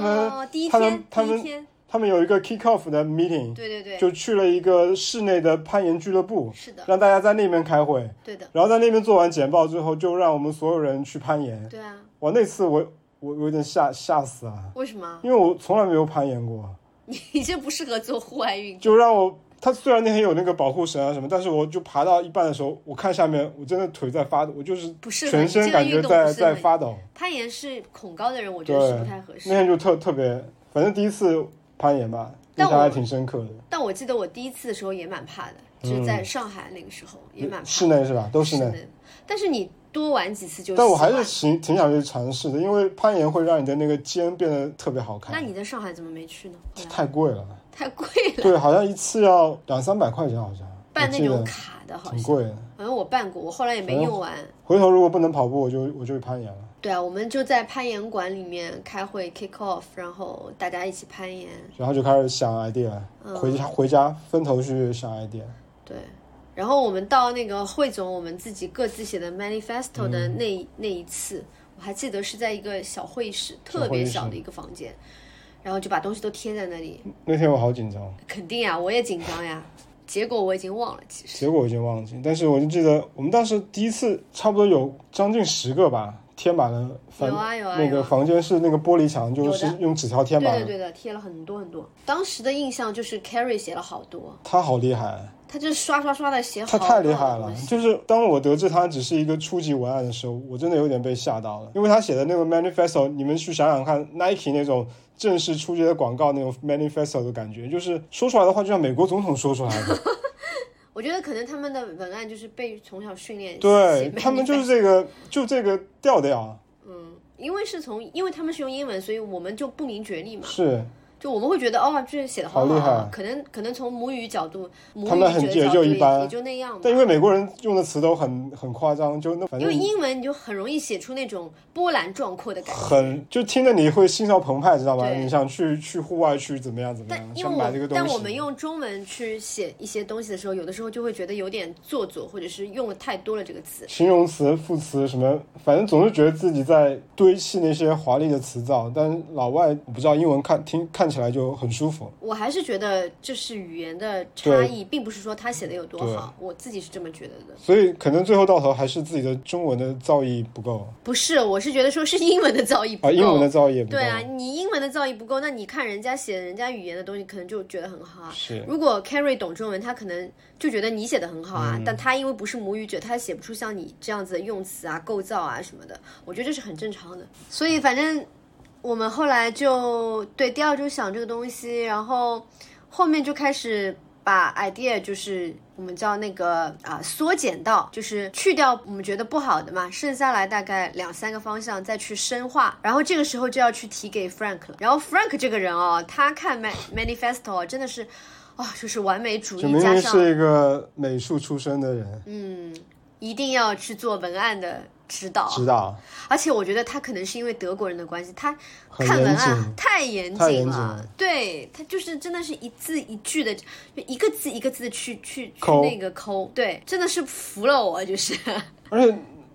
们有一个 kick off 的 meeting， 对对对， 就去了一个室内的攀岩俱乐部， 是的， 让大家在那边开会， 对的。 然后在那边做完简报之后，就让我们所有人去攀岩。 对啊， 哇，那次我有点吓死啊！ 为什么？ 因为我从来没有攀岩过。 你这不适合做户外运动。 就让我。他虽然那天有那个保护绳啊什么，但是我就爬到一半的时候，我看下面，我真的腿在发抖，我就是全身感觉在发抖。 攀岩是恐高的人，我觉得是不太合适。 那天就特别，反正第一次攀岩吧，印象还挺深刻的。 但我记得我第一次的时候也蛮怕的，就是在上海那个时候也蛮怕的。 室内是吧？都室内。 但是你多玩几次就。 但我还是挺想去尝试的，因为攀岩会让你的那个肩变得特别好看。 那你在上海怎么没去呢？ 太贵了。 太贵了。 对，好像一次要200-300块钱，好像办那种卡的，好像挺贵的。 反正我办过，我后来也没用完。 回头如果不能跑步，我就去攀岩了。 对啊，我们就在攀岩馆里面开会 kick off， 然后大家一起攀岩， 然后就开始想 idea，回家分头去想 idea。 对，然后我们到那个汇总我们自己各自写的 manifesto 的那一次，我还记得是在一个小会议室，特别小的一个房间。然后就把东西都贴在那里。 那天我好紧张。肯定呀，我也紧张呀。结果我已经忘了，其实。 结果我已经忘记，但是我就记得我们当时第一次差不多有将近10个吧，贴满了。 有啊。 那个房间是那个玻璃墙，就是用纸条贴满了。 对的，贴了很多很多。当时的印象就是 Carrie 写了好多。 他好厉害。 他就是刷的写好多。 他太厉害了，就是当我得知他只是一个初级文案的时候，我真的有点被吓到了，因为他写的那个 manifesto， 你们去想想看 Nike 那种正式出街的广告那种 manifesto 的感觉，就是说出来的话就像美国总统说出来的。 我觉得可能他们的文案就是被从小训练， 对他们就是这个调调。 因为他们是用英文，所以我们就不明觉厉嘛。 是。 就我们会觉得这写的好厉害， 可能从母语角度， 他们也就一般， 也就那样。 但因为美国人用的词都很夸张，就那反正因为英文你就很容易写出那种波澜壮阔的感觉， 就听着你会心潮澎湃，知道吗？你想去户外去怎么样，想买这个东西。 但我们用中文去写一些东西的时候，有的时候就会觉得有点做作，或者是用了太多了这个词， 形容词、副词什么，反正总是觉得自己在堆砌那些华丽的词藻。但老外我不知道，英文看起来就很舒服。 我还是觉得这是语言的差异，并不是说他写的有多好，我自己是这么觉得的。 所以可能最后到头还是自己的中文的造诣不够。 不是，我是觉得说是英文的造诣不够。 英文的造诣也不够。 对啊，你英文的造诣不够，那你看人家写人家语言的东西，可能就觉得很好啊。 是。 如果 Carrie 懂中文，他可能就觉得你写的很好啊，但他因为不是母语者，他写不出像你这样子的用词啊、构造啊什么的，我觉得这是很正常的。所以反正。我们后来就第2周想这个东西，然后后面就开始把 idea 就是我们叫那个缩减到，就是去掉我们觉得不好的嘛，剩下来大概2-3个方向再去深化，然后这个时候就要去提给 Frank 了。然后 Frank 这个人他看 manifesto 真的是就是完美主义， 明明是一个美术出身的人，一定要去做文案的指导，而且我觉得他可能是因为德国人的关系，他看文案太严谨了，对，他就是真的是一字一句的，就一个字一个字去那个抠，对，真的是服了我，就是。 而且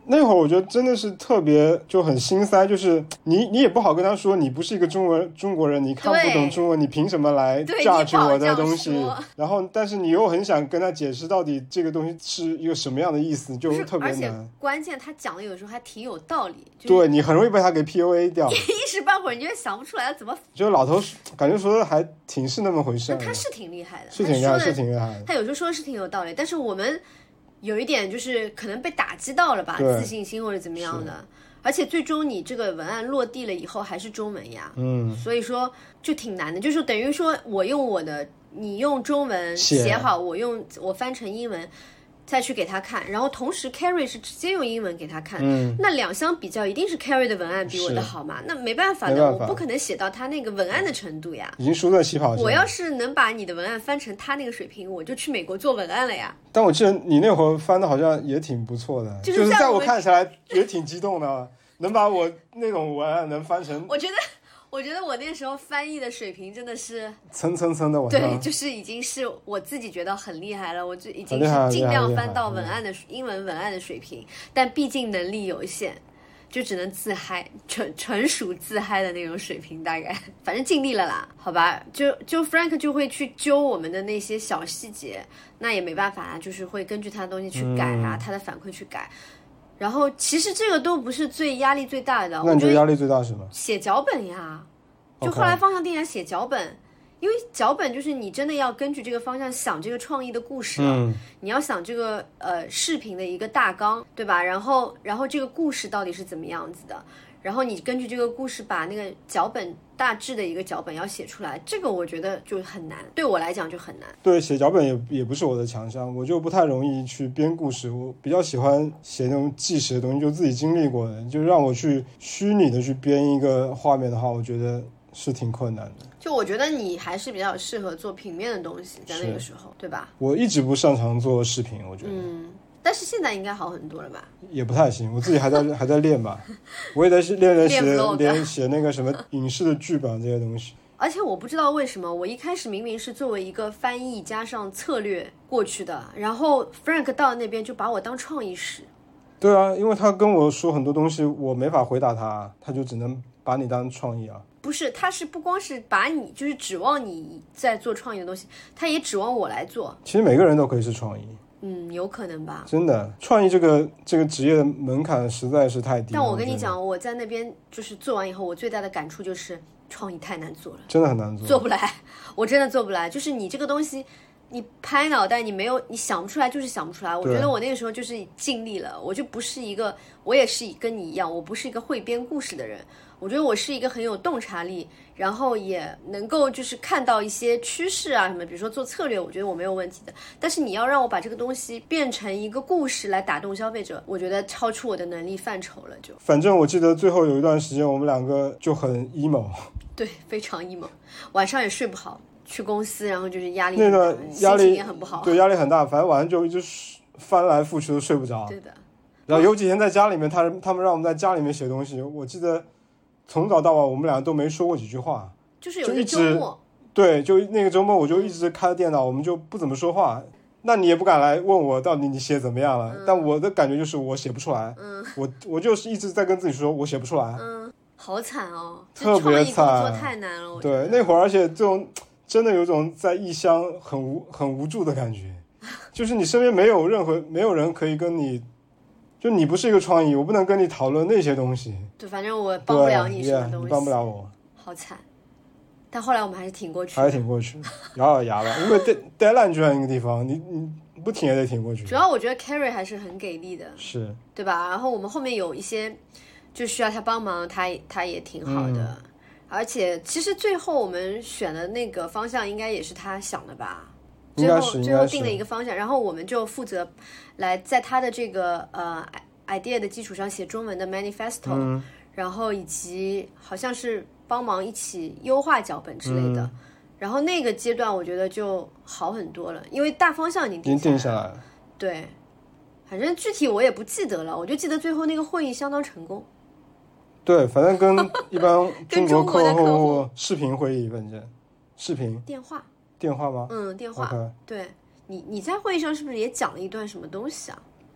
那会儿我觉得真的是特别就很心塞，就是你也不好跟他说你不是一个中国人，你看不懂中文，你凭什么来榨取我的东西？然后但是你又很想跟他解释到底这个东西是一个什么样的意思，就特别难。 而且关键他讲的有时候还挺有道理， 对，你很容易被他给 PUA 掉， 一时半会儿你就想不出来怎么。 就老头感觉说的还挺是那么回事， 他是挺厉害的， 是挺厉害，是挺厉害的。 他有时候说的是挺有道理，但是我们有一点就是可能被打击到了吧，自信心或者怎么样的。而且最终你这个文案落地了以后还是中文呀，所以说就挺难的，就是等于说我用我的，你用中文写好，我翻成英文再去给他看，然后同时 Carrie 是直接用英文给他看，那两相比较一定是 Carrie 的文案比我的好嘛，那没办法的，我不可能写到他那个文案的程度呀， 已经输在起跑线。 我要是能把你的文案翻成他那个水平，我就去美国做文案了呀。 但我记得你那会儿翻的好像也挺不错的，就是在我看起来也挺激动的，能把我那种文案能翻成。 我觉得我那时候翻译的水平真的是蹭蹭蹭的往上，对，就是已经是我自己觉得很厉害了，我就已经是尽量翻到文案的英文文案的水平，但毕竟能力有限，就只能自嗨，纯属自嗨的那种水平，大概反正尽力了啦，好吧，就 Frank 就会去揪我们的那些小细节，那也没办法啊，就是会根据他的东西去改啊，他的反馈去改。然后其实这个都不是压力最大的， 那你觉得压力最大是什么？ 写脚本呀，就后来方向定下写脚本，因为脚本就是你真的要根据这个方向想这个创意的故事了，你要想这个视频的一个大纲，对吧？然后这个故事到底是怎么样子的？然后你根据这个故事把那个脚本大致的一个脚本要写出来，这个我觉得就很难，对我来讲就很难。 对，写脚本也不是我的强项，我就不太容易去编故事，我比较喜欢写那种纪实的东西，就自己经历过的，就让我去虚拟的去编一个画面的话，我觉得是挺困难的。 就我觉得你还是比较适合做平面的东西，在那个时候，对吧？ 我一直不擅长做视频，我觉得。 但是现在应该好很多了吧？ 也不太行，我自己还在练吧，我也在练写那个什么影视的剧本这些东西。 而且我不知道为什么，我一开始明明是作为一个翻译加上策略过去的，然后 Frank 到那边就把我当创意师。 对啊，因为他跟我说很多东西，我没法回答他，他就只能把你当创意啊。 不是，他是不光是把你就是指望你在做创意的东西，他也指望我来做。 其实每个人都可以是创意。 有可能吧。 真的，创意这个职业的门槛实在是太低了。 但我跟你讲，我在那边就是做完以后，我最大的感触就是创意太难做了， 真的很难做， 做不来，我真的做不来。就是你这个东西，你拍脑袋，你想不出来，就是想不出来。我觉得我那个时候就是尽力了，我就不是一个，我也是跟你一样，我不是一个会编故事的人。我觉得我是一个很有洞察力，然后也能够就是看到一些趋势啊什么，比如说做策略，我觉得我没有问题的。但是你要让我把这个东西变成一个故事来打动消费者，我觉得超出我的能力范畴了。就反正我记得最后有一段时间，我们两个就很 emo， 对，非常 emo， 晚上也睡不好，去公司然后就是压力那个压力心情也很不好， 对，压力很大，反正晚上就一直翻来覆去都睡不着。 对的。 然后有几天在家里面，他们让我们在家里面写东西，我记得从早到晚我们俩都没说过几句话， 就是有一个周末， 对，就那个周末我就一直开着电脑，我们就不怎么说话。那你也不敢来问我到底你写怎么样了，但我的感觉就是我写不出来，我就是一直在跟自己说我写不出来， 好惨哦， 特别惨， 创意工作太难了。 对，那会儿而且这种真的有种在异乡很无助的感觉，就是你身边没有人可以跟你。就你不是一个创意，我不能跟你讨论那些东西。 对，反正我帮不了你什么东西， 你帮不了我。 好惨，但后来我们还是挺过去， 咬咬牙吧，因为deadline就在那个地方，你不挺也得挺过去。 主要我觉得 Carrie 还是很给力的， 是， 对吧？然后我们后面有一些就需要他帮忙，他也挺好的。而且其实最后我们选的那个方向应该也是他想的吧？最后定了一个方向，然后我们就负责来在他的这个idea 的基础上写中文的 manifesto，然后以及好像是帮忙一起优化脚本之类的。然后那个阶段我觉得就好很多了，因为大方向已经定下来了。对，反正具体我也不记得了，我就记得最后那个会议相当成功。 对，反正跟一般中国客户视频会议，反正视频电话吗？ 电话。 Okay. 对，你在会议上是不是也讲了一段什么东西啊？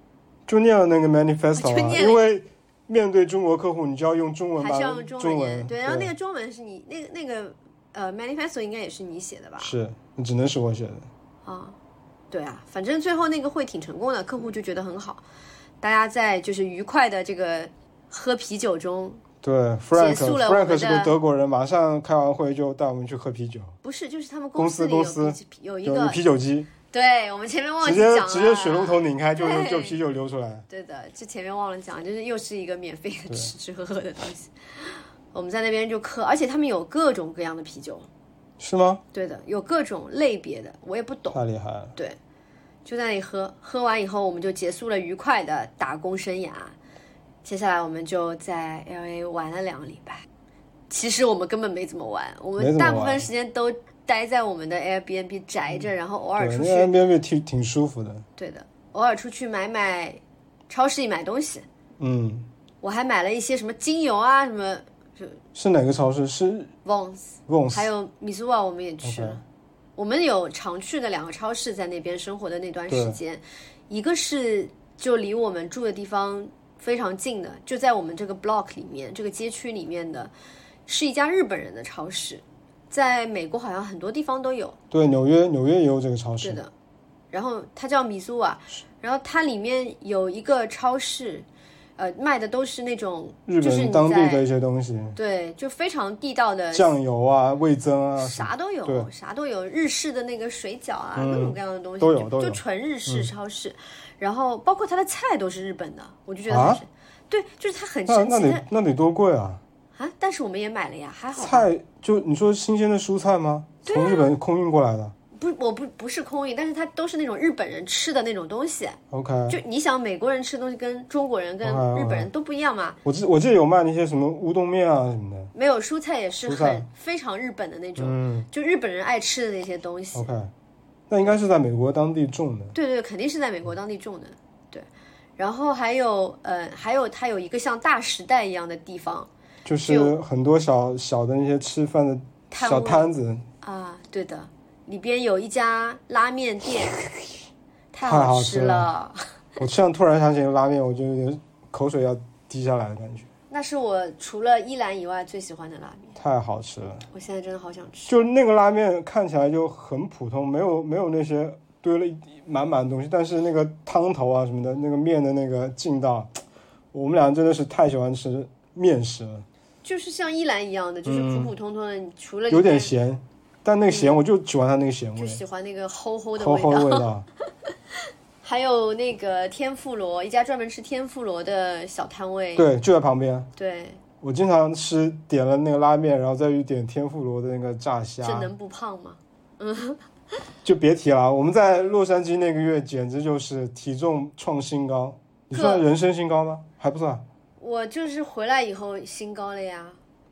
就念了那个 manifesto 啊， 就念了因为面对中国客户，你就要用中文吧， 还是要用中文文对，然后那个中文是你那个manifesto 应该也是你写的吧？ 是，只能是我写的啊，对啊，反正最后那个会挺成功的，客户就觉得很好，大家在就是愉快的这个喝啤酒中。 对结束了我们的 Frank 是个德国人，马上开完会就带我们去喝啤酒。 不是，就是他们公司里有一有个啤酒机， 对，我们前面忘了讲了， 直接水龙头拧开就对啤酒流出来。 对的，这前面忘了讲，就是又是一个免费的吃喝的东西。我们在那边就喝，而且他们有各种各样的啤酒。 是吗？ 对的，有各种类别的，我也不懂。 太厉害了。 对，就在那里喝，喝完以后我们就结束了愉快的打工生涯。接下来我们就在 LA 玩了2个礼拜。其实我们根本没怎么玩，我们大部分时间都待在我们的 Airbnb 宅着，然后偶尔出去。 Airbnb 挺舒服的。 对的，偶尔出去买超市里买东西。 嗯， 我还买了一些什么精油啊，什么。 是哪个超市？是 Vons， 还有米苏瓦，我们也去了。我们有常去的2个超市，在那边生活的那段时间，一个是就离我们住的地方非常近的，就在我们这个 block 里面，这个街区里面的，是一家日本人的超市，在美国好像很多地方都有。 对，纽约也有这个超市。 对的，然后它叫米苏瓦，然后它里面有一个超市。卖的都是那种日本当地的一些东西， 对，就非常地道的酱油啊、味增啊， 啥都有，啥都有。日式的那个水饺啊，各种各样的东西都有， 就纯日式超市。然后包括它的菜都是日本的，我就觉得很神。对，就是它很神奇。 那得多贵啊！ 啊，但是我们也买了呀，还好。 菜就你说新鲜的蔬菜吗？从日本空运过来的。 不是空运，但是它都是那种日本人吃的那种东西。 OK， 就你想美国人吃的东西跟中国人跟日本人都不一样嘛。 我记得有卖那些什么乌冬面啊什么的。 没有，蔬菜也是非常日本的那种，就日本人爱吃的那些东西。 OK， 那应该是在美国当地种的。 对，肯定是在美国当地种的。对，然后还有它有一个像大时代一样的地方， 就是很多小的那些吃饭的小摊子啊，对的。里边有一家拉面店，太好吃了。 我这样突然想起拉面，我就有点口水要滴下来的感觉。 那是我除了一兰以外最喜欢的拉面， 太好吃了。 我现在真的好想吃。 就那个拉面看起来就很普通，没有那些堆了满满的东西，但是那个汤头啊什么的，那个面的那个劲道，我们俩真的是太喜欢吃面食了。 就是像一兰一样的，就是普普通通的，除了有点咸。但那个咸，我就喜欢它那个咸味， 就喜欢那个齁的味道。 还有那个天妇罗，一家专门吃天妇罗的小摊位， 对，就在旁边。 对， 我经常点了那个拉面，然后再去点天妇罗的那个炸虾。 这能不胖吗？ 就别提了，我们在洛杉矶那个月简直就是体重创新高。你算人生新高吗？还不算。 我就是回来以后新高了呀。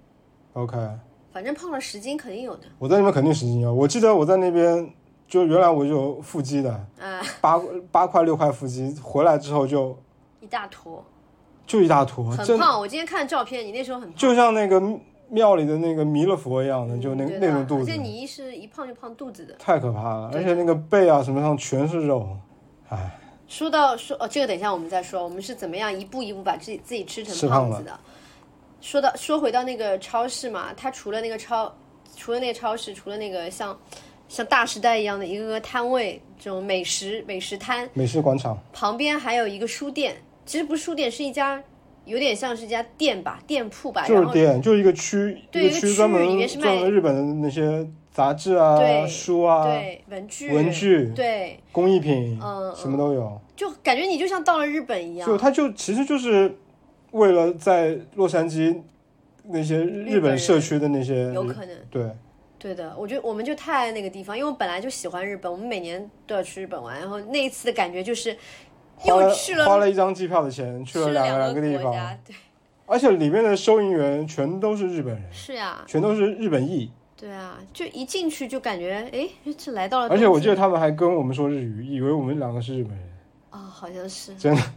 OK。 反正胖了10斤肯定有的。 我在那边肯定10斤有，我记得我在那边就原来我就有腹肌的，8块6块腹肌，回来之后就一大坨， 很胖。我今天看照片，你那时候很胖， 就像那个庙里的那个弥勒佛一样的，就那种肚子。 而且你一胖就胖肚子的， 太可怕了。而且那个背啊什么上全是肉，哎。 说这个等一下我们再说，我们是怎么样一步一步把自己吃成胖子的。说回到那个超市嘛，它除了那个超市，除了那个像大时代一样的一个个摊位，这种美食摊、 美食广场， 旁边还有一个书店，其实不是书店，是一家有点像是一家店吧，店铺吧， 就是店，就是一个区， 对，一个区专门卖日本的那些杂志啊、书啊、 对文具、对工艺品，什么都有， 就感觉你就像到了日本一样。 就它其实就是为了在洛杉矶那些日本社区的那些， 有可能对的，我觉得我们就太爱那个地方，因为我本来就喜欢日本，我们每年都要去日本玩，然后那一次的感觉就是又去了花了1张机票的钱去了两个地方， 对， 而且里面的收银员全都是日本人， 是呀， 全都是日本裔。 对啊，就一进去就感觉这来到了， 而且我记得他们还跟我们说日语，以为我们两个是日本人。 好像是真的。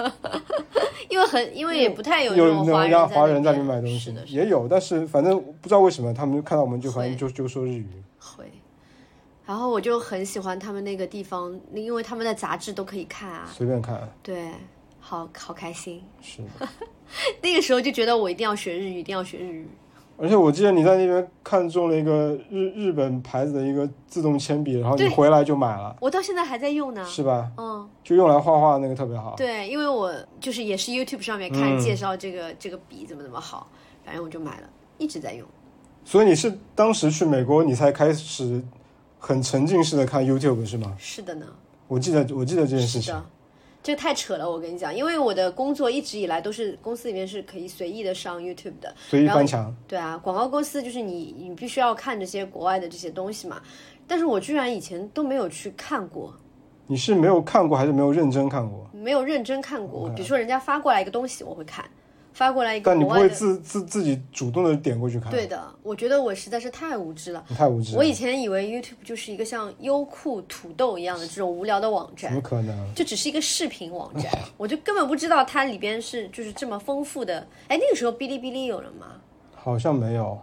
因为也不太有那种华人在那边买东西， 是的也有，但是反正不知道为什么他们看到我们就反正就说日语。 会。然后我就很喜欢他们那个地方，因为他们的杂志都可以看啊， 随便看。 对， 好开心。 是的。 那个时候就觉得我一定要学日语，一定要学日语。 而且我记得你在那边看中了一个日本牌子的一个自动铅笔，然后你回来就买了。 我到现在还在用呢。 是吧？就用来画画那个特别好。 对，因为我就是也是 YouTube 上面看介绍这个笔怎么好，反正我就买了，一直在用。 所以你是当时去美国你才开始很沉浸式的看 YouTube 是吗？ 是的呢。我记得这件事情。 是的。这个太扯了，我跟你讲，因为我的工作一直以来都是公司里面是可以随意的上 YouTube 的， 随意翻墙。 对啊，广告公司就是你必须要看这些国外的这些东西嘛，但是我居然以前都没有去看过。 你是没有看过还是没有认真看过？ 没有认真看过，比如说人家发过来一个东西我会看，发过来一个但你不会自己主动的点过去看。 对的，我觉得我实在是太无知了。 你太无知了。 我以前以为 YouTube 就是一个像优酷、土豆一样的这种无聊的网站。 怎么可能？ 就只是一个视频网站，我就根本不知道它里边是就是这么丰富的。哎，那个时候哔哩哔哩有了吗？ 好像没有。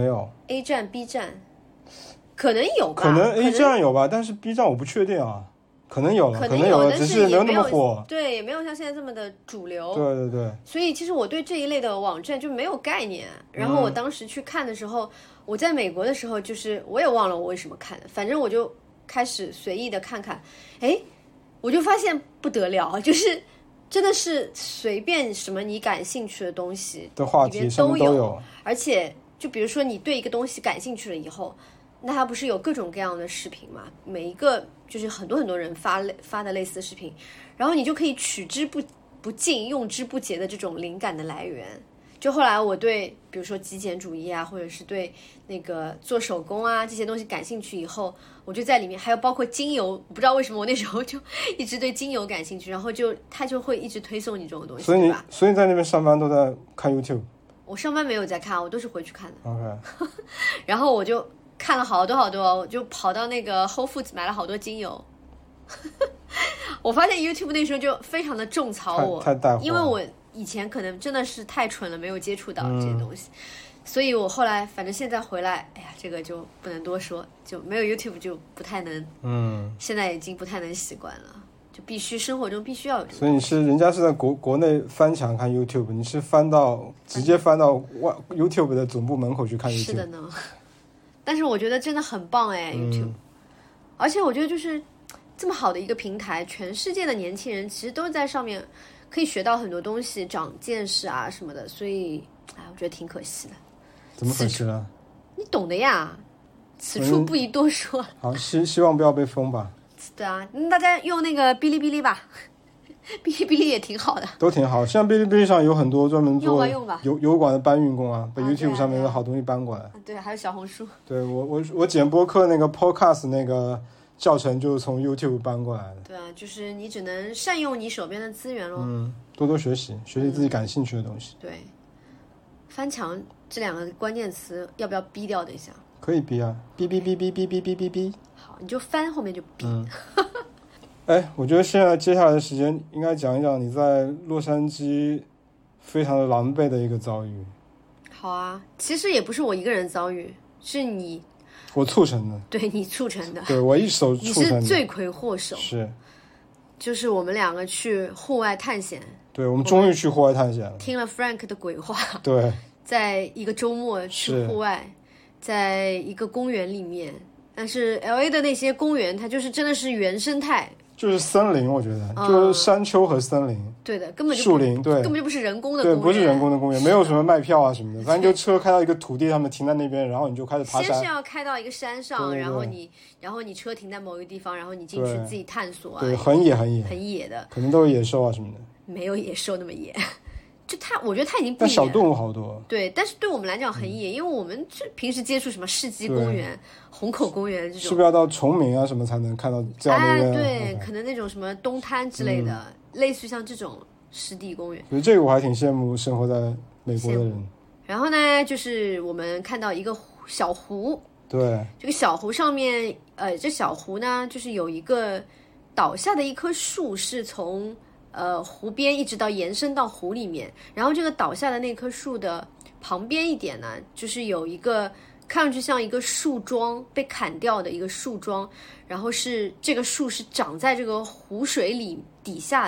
A 站、B 站可能有吧？ 可能 A 站有吧，但是 B 站我不确定啊。可能有了，只是没有那么火。 对，也没有像现在这么的主流。 对。 所以其实我对这一类的网站就没有概念。然后我当时去看的时候，我在美国的时候，就是我也忘了我为什么看的，反正我就开始随意的看看。哎，我就发现不得了，就是真的是随便什么你感兴趣的东西的话题什么都有。 而且就比如说你对一个东西感兴趣了以后，那它不是有各种各样的视频嘛？每一个就是很多人发的类似的视频，然后你就可以取之不尽、用之不竭的这种灵感的来源。就后来我对比如说极简主义啊，或者是对那个做手工啊这些东西感兴趣以后，我就在里面，还有包括精油，我不知道为什么我那时候就一直对精油感兴趣，然后他就会一直推送你这种东西。 所以你在那边上班都在看 YouTube？ 我上班没有在看，我都是回去看的。 OK 然后我就看了好多，我就跑到那个 Whole Foods 买了好多精油。我发现 YouTube 那时候就非常的种草我， 太带货， 因为我以前可能真的是太蠢了，没有接触到这些东西，所以我后来反正现在回来，哎呀，这个就不能多说，就没有 YouTube 就不太能，现在已经不太能习惯了，就必须生活中必须要有。 所以人家是在国内翻墙看 YouTube， 你是直接翻到YouTube 的总部门口去看 YouTube。 是的呢，但是我觉得真的很棒哎，YouTube，而且我觉得就是这么好的一个平台，全世界的年轻人其实都在上面可以学到很多东西，长见识啊什么的，所以我觉得挺可惜的。 怎么可惜了？ 你懂的呀，此处不宜多说。 好，希望不要被封吧。 对啊，大家用那个哔哩哔哩吧，哔哩哔哩也挺好的， 都挺好。像哔哩哔哩上有很多专门做用吧油管的搬运工啊，把 YouTube 上面的好东西搬过来。 对，还有小红书。 对，我剪播客那个 Podcast 那个教程就是从 YouTube 搬过来的。 对啊，就是你只能善用你手边的资源咯。 多多学习自己感兴趣的东西。 对，翻墙这两个关键词要不要逼掉？等一下。 可以逼啊，逼。 好，你就翻后面就逼。 我觉得现在接下来的时间应该讲一讲你在洛杉矶非常的狼狈的一个遭遇。 好啊，其实也不是我一个人遭遇，是我促成的。 对，你促成的。 对，我一手促成的。 你是罪魁祸首。 是。 就是我们两个去户外探险。 对，我们终于去户外探险了。 听了 Frank 的鬼话。 对。 在一个周末去户外，在一个公园里面，但是 LA 的那些公园它就是真的是原生态， 就是森林，我觉得就是山丘和森林。 对的，根本就树林，对， 根本就不是人工的公园。 对，不是人工的公园，没有什么卖票啊什么的，反正就车开到一个土地上面停在那边，然后你就开始爬山。 先是要开到一个山上，对，然后你车停在某一个地方，然后你进去自己探索啊。 对，很野的， 可能都是野兽啊什么的。 没有野兽那么野。就我觉得它已经不野了， 但小动物好多。 对，但是对我们来讲很野，因为我们平时接触什么世纪公园、虹口公园这种， 是不是要到崇明啊什么才能看到这样的一个？ 对，可能那种什么东滩之类的，类似于像这种湿地公园。 所以这个我还挺羡慕生活在美国的人。 然后呢，就是我们看到一个小湖， 对， 这个小湖上面，这小湖呢，就是有一个倒下的一棵树，是从湖边一直到延伸到湖里面，然后这个倒下的那棵树的旁边一点呢，就是有一个看上去像一个树桩被砍掉的一个树桩，然后是这个树是长在这个湖水底下的，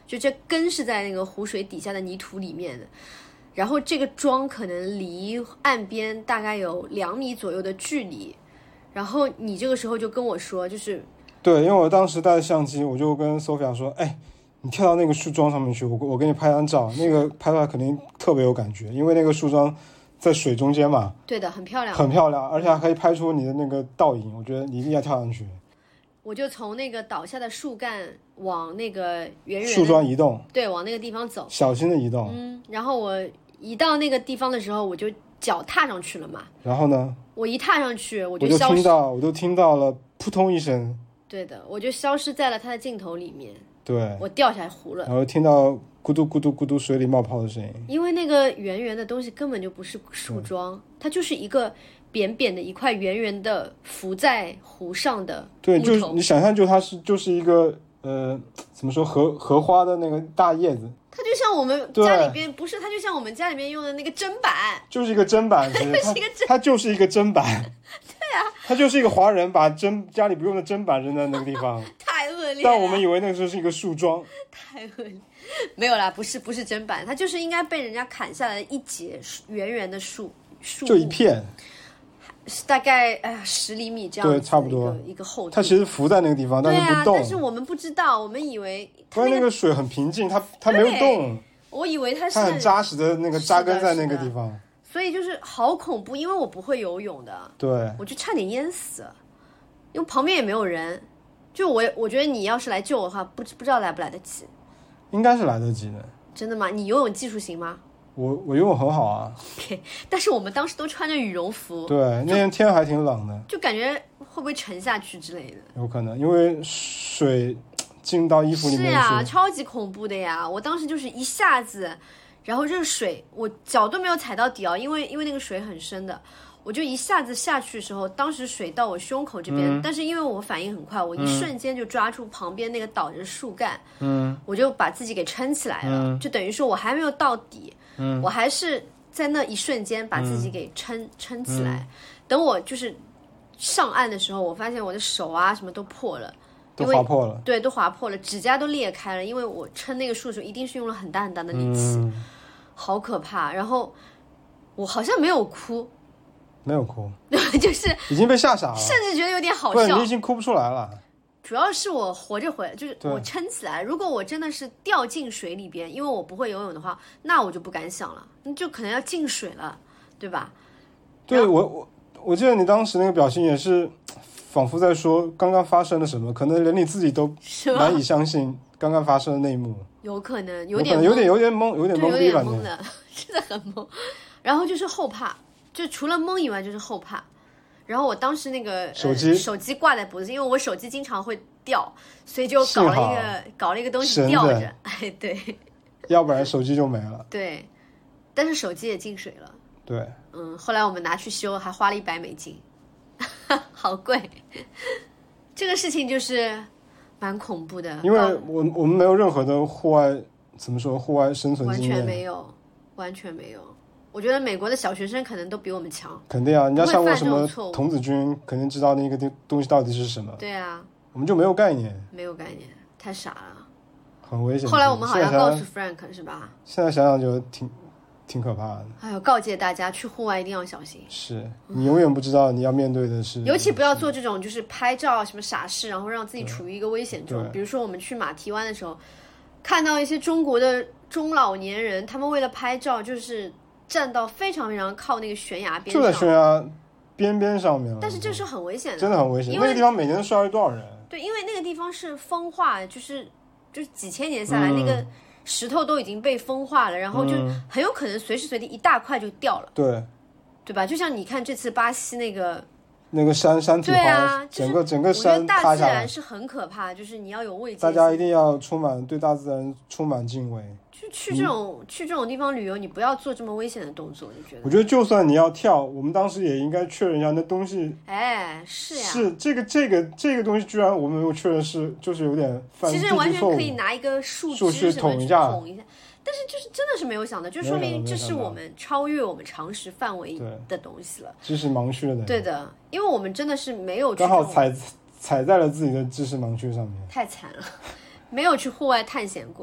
就这根是在那个湖水底下的泥土里面的。然后这个桩可能离岸边大概有2米左右的距离，然后你这个时候就跟我说，就是对，因为我当时带着相机，我就跟 Sophia 说，哎，你跳到那个树桩上面去，我给你拍张照，那个拍出来肯定特别有感觉，因为那个树桩在水中间嘛。 对的，很漂亮， 很漂亮，而且还可以拍出你的那个倒影，我觉得你一定要跳上去。 我就从那个倒下的树干往那个圆圆的树桩移动， 对，往那个地方走， 小心的移动。 然后我一到那个地方的时候，我就脚踏上去了嘛。 然后呢？ 我一踏上去，我就听到了扑通一声。 对的，我就消失在了它的镜头里面。 对， 我掉下湖了。 然后听到咕嘟咕嘟咕嘟水里冒泡的声音。 因为那个圆圆的东西根本就不是树桩，它就是一个扁扁的一块圆圆的浮在湖上的对，就是你想象，就是一个怎么说荷花的那个大叶子。 它就像我们家里边不是，它就像我们家里面用的那个砧板， 就是一个砧板，它就是一个砧板。 对啊， 它就是一个华人把家里不用的砧板扔在那个地方， 太恶劣了。 但我们以为那个就是一个树桩， 太恶劣，没有啦，不是砧板，它就是应该被人家砍下来的一截圆圆的树就一片， 大概10厘米这样子， 对，差不多一个厚度。 它其实浮在那个地方，但是不动。 但是我们不知道，我们以为因为那个水很平静，它没有动。 我以为它很扎实的那个扎根在那个地方， 所以就是好恐怖，因为我不会游泳的， 对， 我就差点淹死了，因为旁边也没有人。就我觉得你要是来救我的话，不知道来不来得及。 应该是来得及的。真的吗？你游泳技术行吗？ 我游泳很好啊。 但是我们当时都穿着羽绒服。 对，那天还挺冷的， 就感觉会不会沉下去之类的。 有可能，因为水进到衣服里面去。 是呀，超级恐怖的呀！我当时就是一下子，然后这个水我脚都没有踩到底啊，因为那个水很深的。我就一下子下去的时候，当时水到我胸口这边，但是因为我反应很快，我一瞬间就抓住旁边那个倒着的树干，我就把自己给撑起来了，就等于说我还没有到底，我还是在那一瞬间把自己给撑起来。等我就是上岸的时候，我发现我的手啊什么都破了， 都划破了， 对，都划破了，指甲都裂开了，因为我撑那个树的时候一定是用了很大很大的力气，好可怕。然后我好像没有哭。 没有哭， 就是已经被吓傻了， 甚至觉得有点好笑。 不， 你已经哭不出来了。 主要是我活着回来，就是我撑起来。如果我真的是掉进水里边，因为我不会游泳的话，那我就不敢想了，那就可能要进水了，对吧？ 对，我记得你当时那个表情也是，仿佛在说刚刚发生了什么，可能连你自己都难以相信刚刚发生的那一幕。 有可能有点懵，有点懵逼了， 懵的，真的很懵。然后就是后怕。就除了懵以外就是后怕，然后我当时那个手机挂在脖子，因为我手机经常会掉，所以就搞了一个东西吊着，哎，对， 要不然手机就没了。 对，但是手机也进水了。 对， 后来我们拿去修，还花了$100，好贵。这个事情就是蛮恐怖的， 因为我们没有任何的户外生存经验， 完全没有。我觉得美国的小学生可能都比我们强， 肯定啊！人家上过什么童子军，肯定知道那个东西到底是什么。 对啊， 我们就没有概念， 太傻了， 很危险。 后来我们好像告诉 Frank 是吧？ 现在想想就挺可怕的。 还有告诫大家去户外一定要小心， 是你永远不知道你要面对的是， 尤其不要做这种就是拍照什么傻事，然后让自己处于一个危险中。比如说我们去马蹄湾的时候，看到一些中国的中老年人，他们为了拍照就是站到非常非常靠那个悬崖边上， 就在悬崖边上面了。 但是这是很危险的， 真的很危险。那个地方每年摔了多少人？ 对，因为那个地方是风化，就是几千年下来，那个石头都已经被风化了，然后就很有可能随时随地一大块就掉了。对吧？就像你看这次巴西那个山体滑， 对啊，整个山塌下来。 大自然是很可怕，就是你要有畏惧心， 大家一定要对大自然充满敬畏。 就去这种地方旅游，你不要做这么危险的动作，你觉得？ 我觉得就算你要跳，我们当时也应该确认一下那东西。 哎，是呀， 是这个东西，居然我们没有确认是，就是有点犯地其实完全可以拿一个树枝什么捅一下。 但是就是真的是没有想到，就说明这是我们超越我们常识范围的东西了， 知识盲区的。 对的，因为我们真的是没有刚好踩在了自己的知识盲区上面， 太惨了，没有去户外探险过。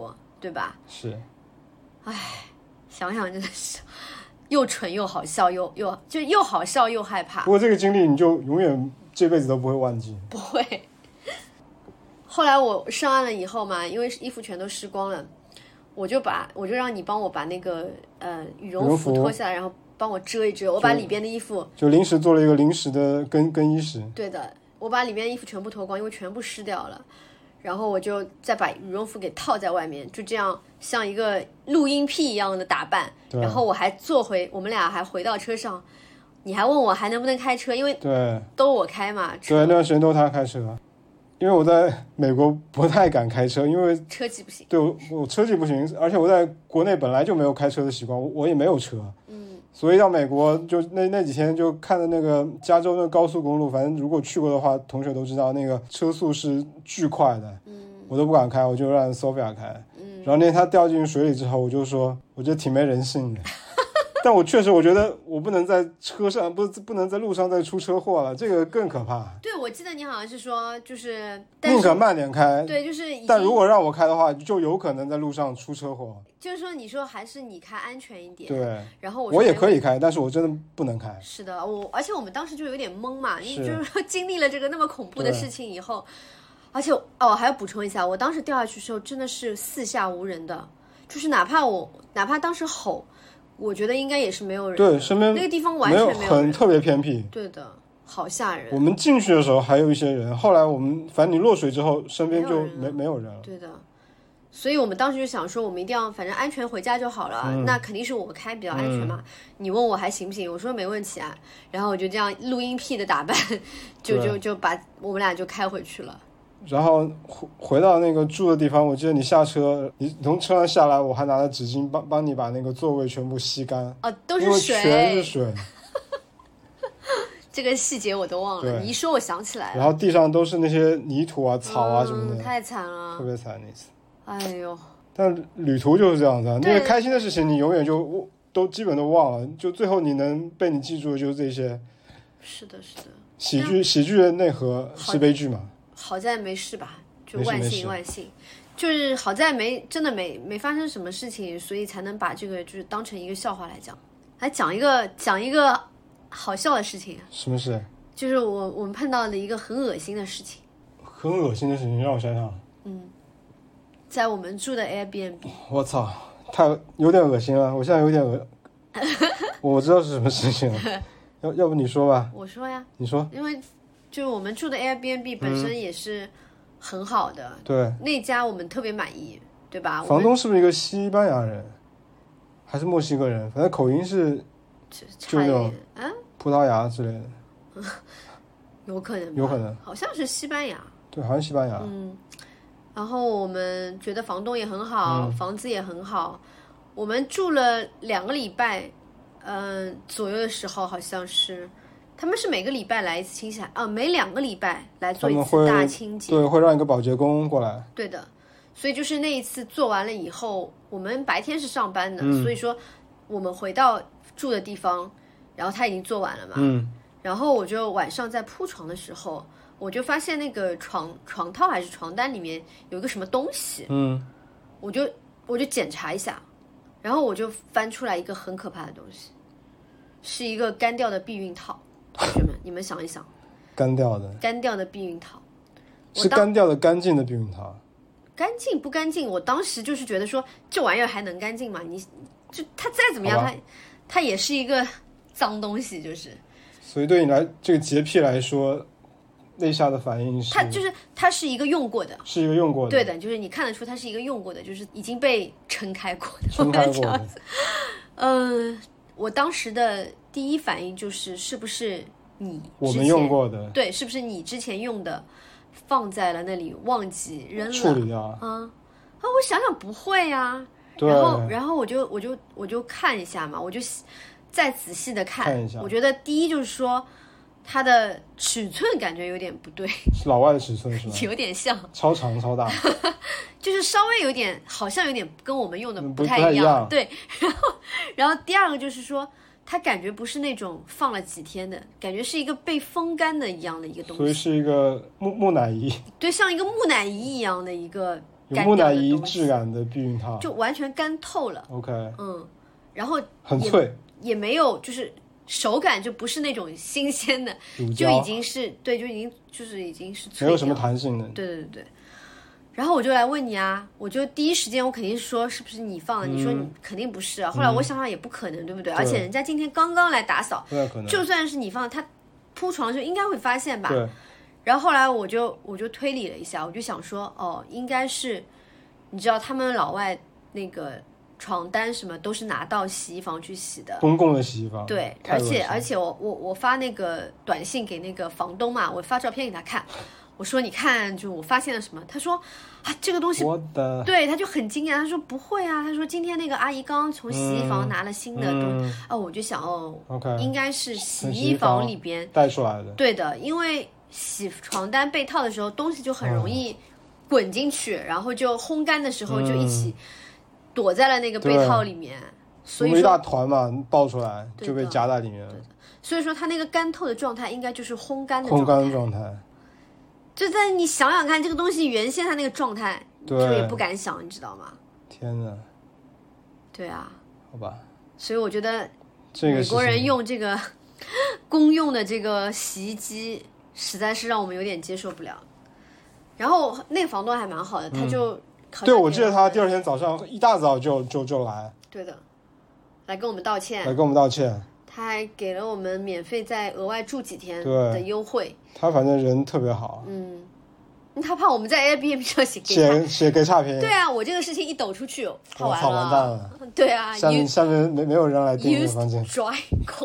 对吧？ 是， 想想真的是又蠢又好笑，又好笑又害怕。 不过这个经历你就永远这辈子都不会忘记。 不会。后来我上岸了以后嘛，因为衣服全都湿光了，我就让你帮我把那个羽绒服脱下来，然后帮我遮一遮。我把里边的衣服就临时做了一个临时的更衣室。 对的，我把里边的衣服全部脱光，因为全部湿掉了。然后我就再把羽绒服给套在外面，就这样像一个录音癖一样的打扮。然后我们俩还回到车上，你还问我还能不能开车，因为对都我开嘛。 对，那段时间都他开车。因为我在美国不太敢开车，因为车技不行。 对，我车技不行，而且我在国内本来就没有开车的习惯，我也没有车。所以到美国就那几天就看的那个加州那个高速公路，反正如果去过的话，同学都知道那个车速是巨快的。我都不敢开，我就让 Sophia 开。然后那天他掉进水里之后，我就说我觉得挺没人性的。但我确实我觉得我不能在车上不能在路上再出车祸了，这个更可怕。 对，我记得你好像是说就是宁可慢点开。 对，就是但如果让我开的话，就有可能在路上出车祸。 就是说你说还是你开安全一点。 对， 然后我也可以开，但是我真的不能开。 是的，而且我们当时就有点懵嘛，你就是说经历了这个那么恐怖的事情以后，而且还要补充一下，我当时掉下去的时候真的是四下无人的，就是哪怕当时吼，我觉得应该也是没有人的。对，身边那个地方完全没有人， 很特别偏僻。 对的，好吓人。 我们进去的时候还有一些人，后来我们反正你落水之后，身边就没有人了。 对的，所以我们当时就想说，我们一定要反正安全回家就好了。那肯定是我开比较安全嘛。你问我还行不行？我说没问题啊。然后我就这样录音癖的打扮，就把我们俩就开回去了。 然后回到那个住的地方，我记得你下车，你从车上下来，我还拿了纸巾帮你把那个座位全部吸干。 都是水， 全是水。 这个细节我都忘了，你一说我想起来了。 然后地上都是那些泥土啊、草啊什么的， 太惨了， 特别惨那次。 哎呦！ 但旅途就是这样子，那些开心的事情你永远就都基本都忘了，就最后你能被你记住的就是这些。 是的，是的。 喜剧的内核是悲剧嘛？ 好在没事吧，就万幸万幸，就是好在真的没发生什么事情，所以才能把这个就是当成一个笑话来讲。来讲一个好笑的事情。 什么事？ 就是我们碰到的一个很恶心的事情。 很恶心的事情，让我想想。 在我们住的 Airbnb。我操，有点恶心了，我现在有点我知道是什么事情了。要不你说吧。 我说呀。 你说。 因为就我们住的 Airbnb 本身也是很好的。 对。 那家我们特别满意，对吧？ 房东是不是一个西班牙人，还是墨西哥人？反正口音是就那种葡萄牙之类的。 有可能吧。 有可能。 好像是西班牙。 对，好像西班牙。 然后我们觉得房东也很好，房子也很好。我们住了2个礼拜，左右的时候，好像是他们是每个礼拜来一次清洗，每2个礼拜来做一次大清洁。 对，会让一个保洁工过来。 对的，所以就是那一次做完了以后，我们白天是上班的，所以说我们回到住的地方，然后他已经做完了嘛。然后我就晚上在铺床的时候。我就发现那个床套还是床单里面有一个什么东西，我就检查一下，然后我就翻出来一个很可怕的东西，是一个干掉的避孕套。同学们，你们想一想，干掉的避孕套， 是干掉的干净的避孕套。 干净不干净？我当时就是觉得说，这玩意儿还能干净吗？它再怎么样，它也是一个脏东西，就是。 所以对你这个洁癖来说。那下的反应是， 它是一个用过的， 是一个用过的， 对的，就是你看得出它是一个用过的，就是已经被撑开过的， 撑开过的。我当时的第一反应就是是不是我们用过的， 对，是不是你之前用的放在了那里忘记扔了， 处理掉我想想不会啊， 对， 然后我就看一下嘛，我就再仔细的看一下， 我觉得第一就是说。它的尺寸感觉有点不对， 是老外的尺寸是吧？ 有点像， 超长超大， 就是稍微有点，好像有点跟我们用的不太一样。 对，然后第二个就是说，它感觉不是那种放了几天的，感觉是一个被风干的一样的一个东西， 所以是一个木乃伊。 对，像一个木乃伊一样的一个有木乃伊质感的避孕套， 就完全干透了。 OK， 然后很脆， 也没有就是手感就不是那种新鲜的，就已经是对，就已经是脆， 没有什么弹性的。 对。然后我就来问你啊，我就第一时间我肯定是说是不是你放的，你说你肯定不是啊。后来我想想也不可能，对不对？而且人家今天刚刚来打扫， 不太可能。 就算是你放的，他铺床就应该会发现吧？ 对。 然后后来我就推理了一下，我就想说，哦，应该是，你知道他们老外那个床单什么都是拿到洗衣房去洗的， 公共的洗衣房。 对，而且我发那个短信给那个房东嘛，我发照片给他看。我说你看，就我发现了什么？他说啊，这个东西，对，他就很惊讶。他说不会啊，他说今天那个阿姨刚从洗衣房拿了新的东西。我就想 OK， 应该是洗衣房里边带出来的。 对的，因为洗床单被套的时候，东西就很容易滚进去，然后就烘干的时候就一起躲在了那个被套里面。所以说一大团嘛，爆出来就被夹在里面了。 所以说它那个干透的状态应该就是烘干的状态。 就在你想想看，这个东西原先它那个状态，就也不敢想，你知道吗？ 天哪！ 对啊， 好吧。 所以我觉得美国人用这个公用的这个洗衣机，实在是让我们有点接受不了。然后那个房东还蛮好的，他就对，我记得他第二天早上一大早就来， 对的，来跟我们道歉，他还给了我们免费再额外住几天的优惠。 他反正人特别好。 他怕我们在 Airbnb 上写给差评。 对啊，我这个事情一抖出去，好完蛋了。 对啊， 下面没有人来订这个房间。 Dry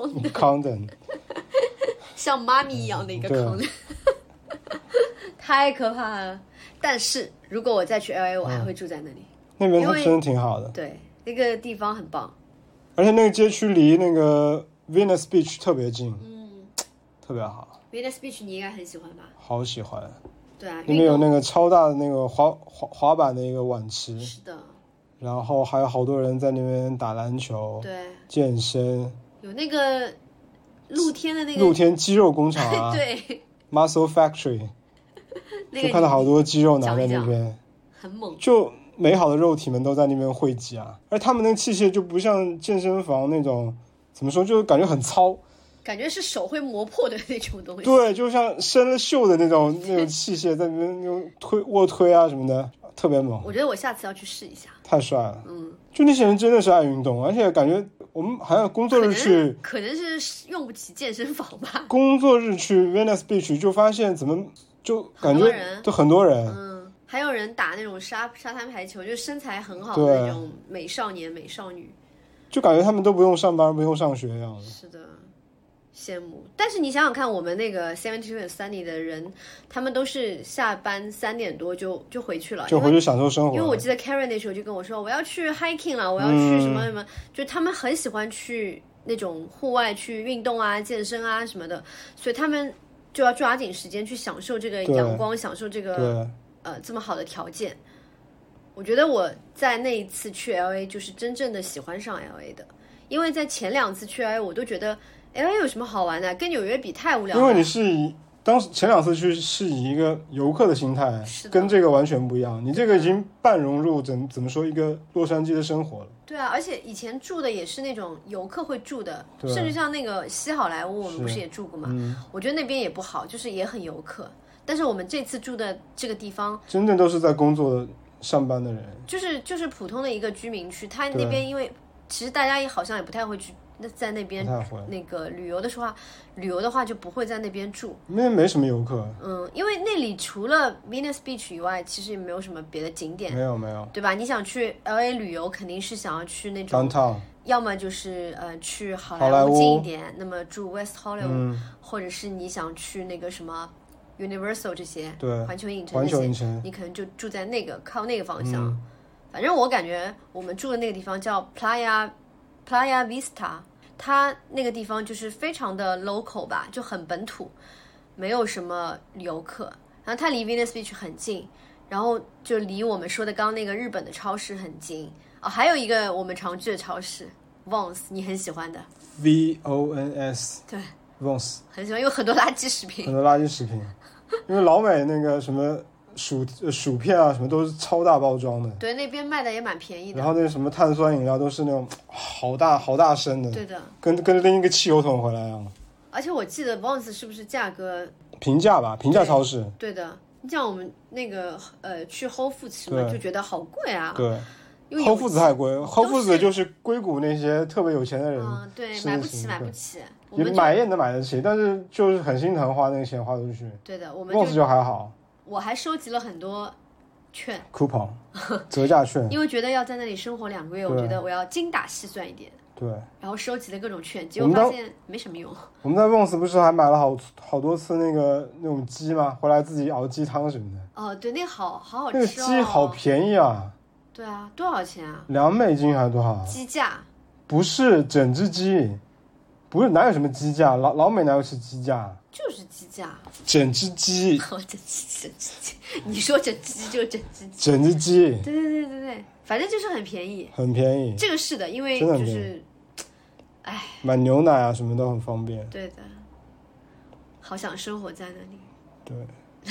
condom， 像妈咪一样的一个condom，太可怕了。但是如果我再去 LA， 我还会住在那里。 那边真的挺好的。 对，那个地方很棒， 而且那个街区离那个 Venice Beach 特别近，特别好。 Venice Beach 你应该很喜欢吧？ 好喜欢。 对啊， 里面有那个超大的那个滑板的一个碗池。 是的。 然后还有好多人在那边打篮球， 对， 健身， 有那个露天的那个露天肌肉工厂啊， 对 ，Muscle Factory，就看到好多肌肉男在那边， 很猛， 就美好的肉体们都在那边汇集啊。而他们那个器械就不像健身房那种，怎么说，就感觉很糙， 感觉是手会磨破的那种东西。 对，就像生了锈的那种器械在那边用卧推啊什么的，特别猛。 我觉得我下次要去试一下。 太帅了，就那些人真的是爱运动，而且感觉我们还有工作日去， 可能是用不起健身房吧。 工作日去 Venice Beach 就发现怎么就感觉都很多人， 还有人打那种沙滩排球，就身材很好的那种美少年美少女， 就感觉他们都不用上班不用上学一样的。 是的，羡慕。但是你想想看，我们那个 72 and Sunny 的人，他们都是下班3点多就回去了， 就回去享受生活。 因为我记得 Karen 那时候就跟我说，我要去 hiking 了，我要去什么什么，就他们很喜欢去那种户外去运动啊、健身啊什么的，所以他们就要抓紧时间去享受这个阳光，享受这个这么好的条件。我觉得我在那一次去 LA 就是真正的喜欢上 LA 的，因为在前2次去 LA 我都觉得 LA 有什么好玩的，跟纽约比太无聊了。 因为你是当时前2次去是以一个游客的心态，跟这个完全不一样。你这个已经半融入怎么说一个洛杉矶的生活了。 对啊，而且以前住的也是那种游客会住的，甚至像那个西好莱坞，我们不是也住过吗？我觉得那边也不好，就是也很游客。但是我们这次住的这个地方， 真正都是在工作上班的人， 就是普通的一个居民区。他那边因为其实大家也好像也不太会去。在那边那个旅游的话就不会在那边住， 没什么游客。 因为那里除了 Venice Beach 以外，其实也没有什么别的景点。 没有， 对吧？你想去 LA 旅游，肯定是想要去那种 downtown， 要么就是去好莱坞近一点，那么住 West Hollywood，或者是你想去那个什么 Universal 这些， 对， 环球影城这些，你可能就住在靠那个方向。反正我感觉我们住的那个地方叫 Playa Vista， 它那个地方就是非常的 local 吧，就很本土，没有什么游客。然后它离 Venice Beach 很近，然后就离我们说的刚刚那个日本的超市很近。还有一个我们常去的超市 Vons， 你很喜欢的 VONS， 对 Vons 很喜欢，有很多垃圾食品， 因为老美那个什么薯片啊什么都是超大包装的， 对，那边卖的也蛮便宜的。 然后那个什么碳酸饮料都是那种好大升的， 对的， 跟拎一个汽油桶回来一样。 而且我记得 Vons 是不是价格平价吧，平价超市。 对的，你像我们那个去 Whole Foods 嘛，就觉得好贵啊。 对，Whole Foods 太贵，Whole Foods 就是硅谷那些特别有钱的人， 对，买不起。 你买也能买得起，但是就是很心疼花那个钱花出去。 对的，我们 Vons 就还好。 我还收集了很多券 coupon 折价券， 因为觉得要在那里生活2个月，我觉得我要精打细算一点。 对， 然后收集了各种券，结果发现没什么用。 我们在 Vons 不是还买了好多次那种鸡吗？回来自己熬鸡汤什么的。 哦，对，那个好吃哦。 那个鸡好便宜啊。 对啊，多少钱啊 $2还是多少？ 鸡架？不是整只鸡，不是哪有什么鸡架，老美哪有吃鸡架？ 就是鸡架， 整只鸡。 整只鸡，你说整只鸡就整只鸡。 整只鸡。 对，反正就是很便宜。 很便宜。 这个是的，因为就是，哎， 买牛奶啊什么都很方便。 对的，好想生活在那里。 对。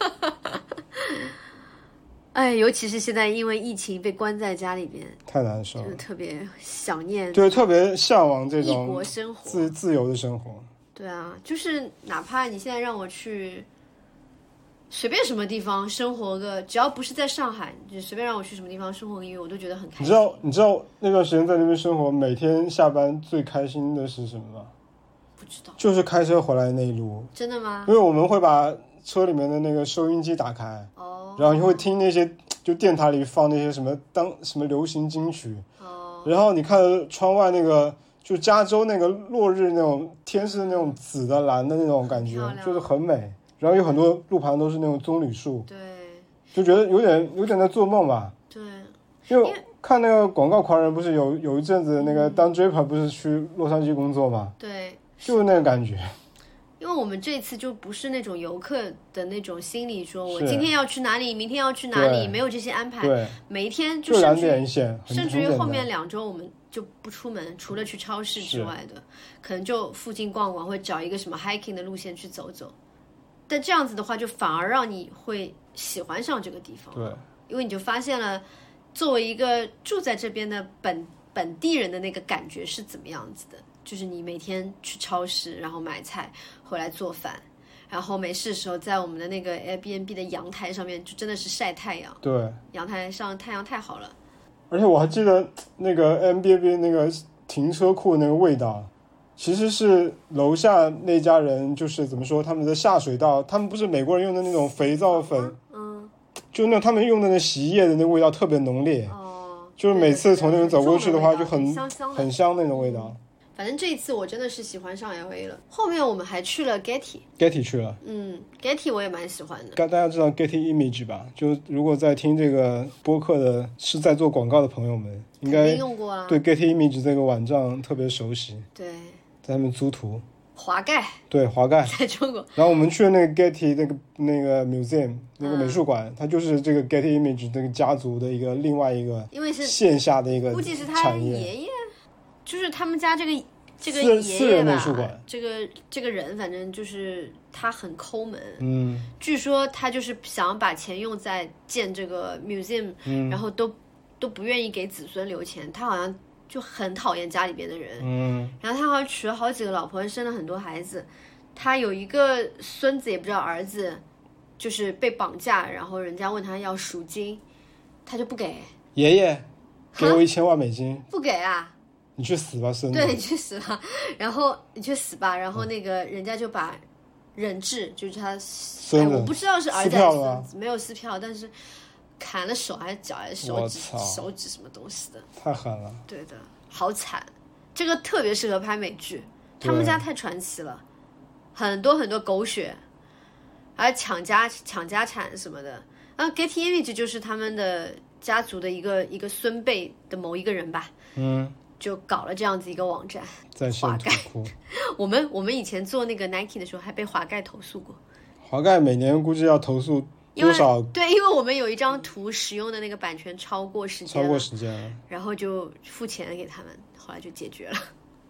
哎，尤其是现在因为疫情被关在家里边， 太难受了， 就特别想念， 对，特别向往这种异国生活、 自由的生活。 对啊，就是哪怕你现在让我去随便什么地方生活个，只要不是在上海，就随便让我去什么地方生活个1个月，我都觉得很开心。 你知道那段时间在那边生活，每天下班最开心的是什么吗？ 不知道，就是开车回来那一路。 真的吗？ 因为我们会把车里面的那个收音机打开，然后你会听那些就电台里放那些什么流行金曲，然后你看窗外那个就加州那个落日那种天是那种紫的蓝的那种感觉，就是很美。然后有很多路旁都是那种棕榈树， 对， 就觉得有点在做梦吧。 对， 因为看那个广告狂人不是有一阵子那个Don Draper不是去洛杉矶工作嘛？ 对， 就是那个感觉。 因为我们这次就不是那种游客的那种心理，说我今天要去哪里，明天要去哪里，没有这些安排。 对， 每一天就2点一线， 甚至于后面2周我们就不出门，除了去超市之外的，可能就附近逛逛，会找一个什么 hiking 的路线去走走。但这样子的话，就反而让你会喜欢上这个地方。 对， 因为你就发现了，作为一个住在这边的本地人的那个感觉是怎么样子的。就是你每天去超市，然后买菜回来做饭，然后没事的时候在我们的那个 Airbnb 的阳台上面，就真的是晒太阳。 对， 阳台上太阳太好了。 而且我还记得那个 Airbnb 那个停车库那个味道，其实是楼下那家人就是怎么说，他们的下水道，他们不是美国人用的那种肥皂粉，就那他们用的那洗衣液的那味道特别浓烈。就是每次从那边走过去的话，就很香那种味道。 反正这一次我真的是喜欢上 LA 了。后面我们还去了 Getty 去了。 Getty 我也蛮喜欢的。 大家知道 Getty Image 吧？就如果在听这个播客的是在做广告的朋友们，应该用过啊。 对 Getty Image 这个网站特别熟悉。 对， 在他们租图。 华盖。 对，华盖在中国。 然后我们去了那个 Getty 那个 museum 那个美术馆，它就是这个 Getty Image 这个家族的另外一个， 因为是线下的一个产业， 估计是他爷爷。就是他们家这个爷爷吧，这个人，反正就是他很抠门。据说他就是想把钱用在建这个 museum，然后都不愿意给子孙留钱。他好像就很讨厌家里边的人。然后他好像娶了好几个老婆，生了很多孩子。他有一个孙子，也不知道儿子，就是被绑架，然后人家问他要赎金，他就不给。爷爷，给我$1000万。 不给啊。 你去死吧，孙子！ 对，你去死吧，然后你去死吧，然后那个人家就把人质，就是他孙子，我不知道是儿子还是孙子，没有撕票，但是砍了手还是脚还是手指什么东西的， 太狠了。 对的，好惨，这个特别适合拍美剧，他们家太传奇了，很多很多狗血，还抢家产什么的。Getty Image 就是他们的家族的一个孙辈的某一个人吧。就搞了这样子一个网站， 在华盖。 我们以前做那个 Nike 的时候，还被华盖投诉过。 华盖每年估计要投诉多少？ 对，因为我们有一张图使用的那个版权超过时间了，然后就付钱给他们，后来就解决了。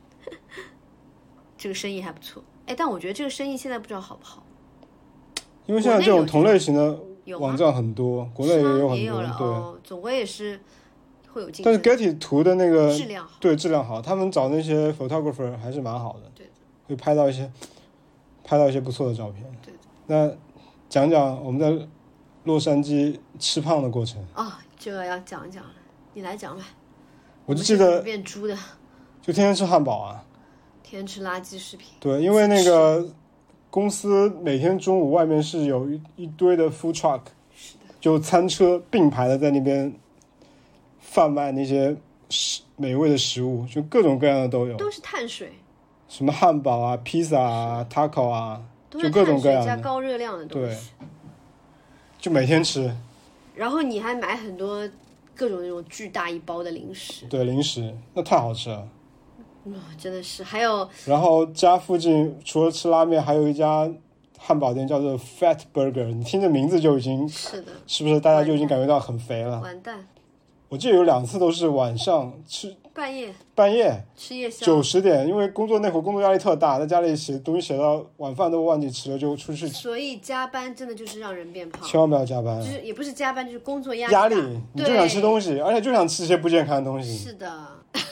这个生意还不错，但我觉得这个生意现在不知道好不好。 因为现在这种同类型的有吗网站很多，国内也有很多， 也有了对。 总归也是会有竞但是争。 Getty 图的那个质量好， 对质量好，他们找那些 photographer 还是蛮好的， 对的， 会拍到一些不错的照片。 对的。 那讲讲我们在洛杉矶吃胖的过程。 这个要讲一讲了，你来讲吧。 我就记得变猪的， 就天天吃汉堡啊， 天天吃垃圾食品。 对，因为那个公司每天中午外面是有一堆的 food truck， 是的， 就餐车并排的在那边贩卖那些美味的食物，就各种各样的都有， 都是碳水， 什么汉堡啊、披萨啊、taco 啊， 都是就各种各样的碳水加高热量的东西。 对，就每天吃。 然后你还买很多各种那种巨大一包的零食， 对，零食那太好吃了。 真的是。还有， 然后家附近除了吃拉面，还有一家汉堡店叫做 Fat Burger， 你听着名字就已经是的， 是不是大家就已经感觉到很肥了？ 完蛋！ 我记得有2次都是晚上吃， 半夜吃夜宵 9、10点，因为工作那会儿工作压力特大，在家里写东西写到晚饭都忘记吃了，就出去吃。 所以加班真的就是让人变胖， 千万不要加班， 就是也不是加班，就是工作压压力大， 你就想吃东西，而且就想吃一些不健康的东西。 是的。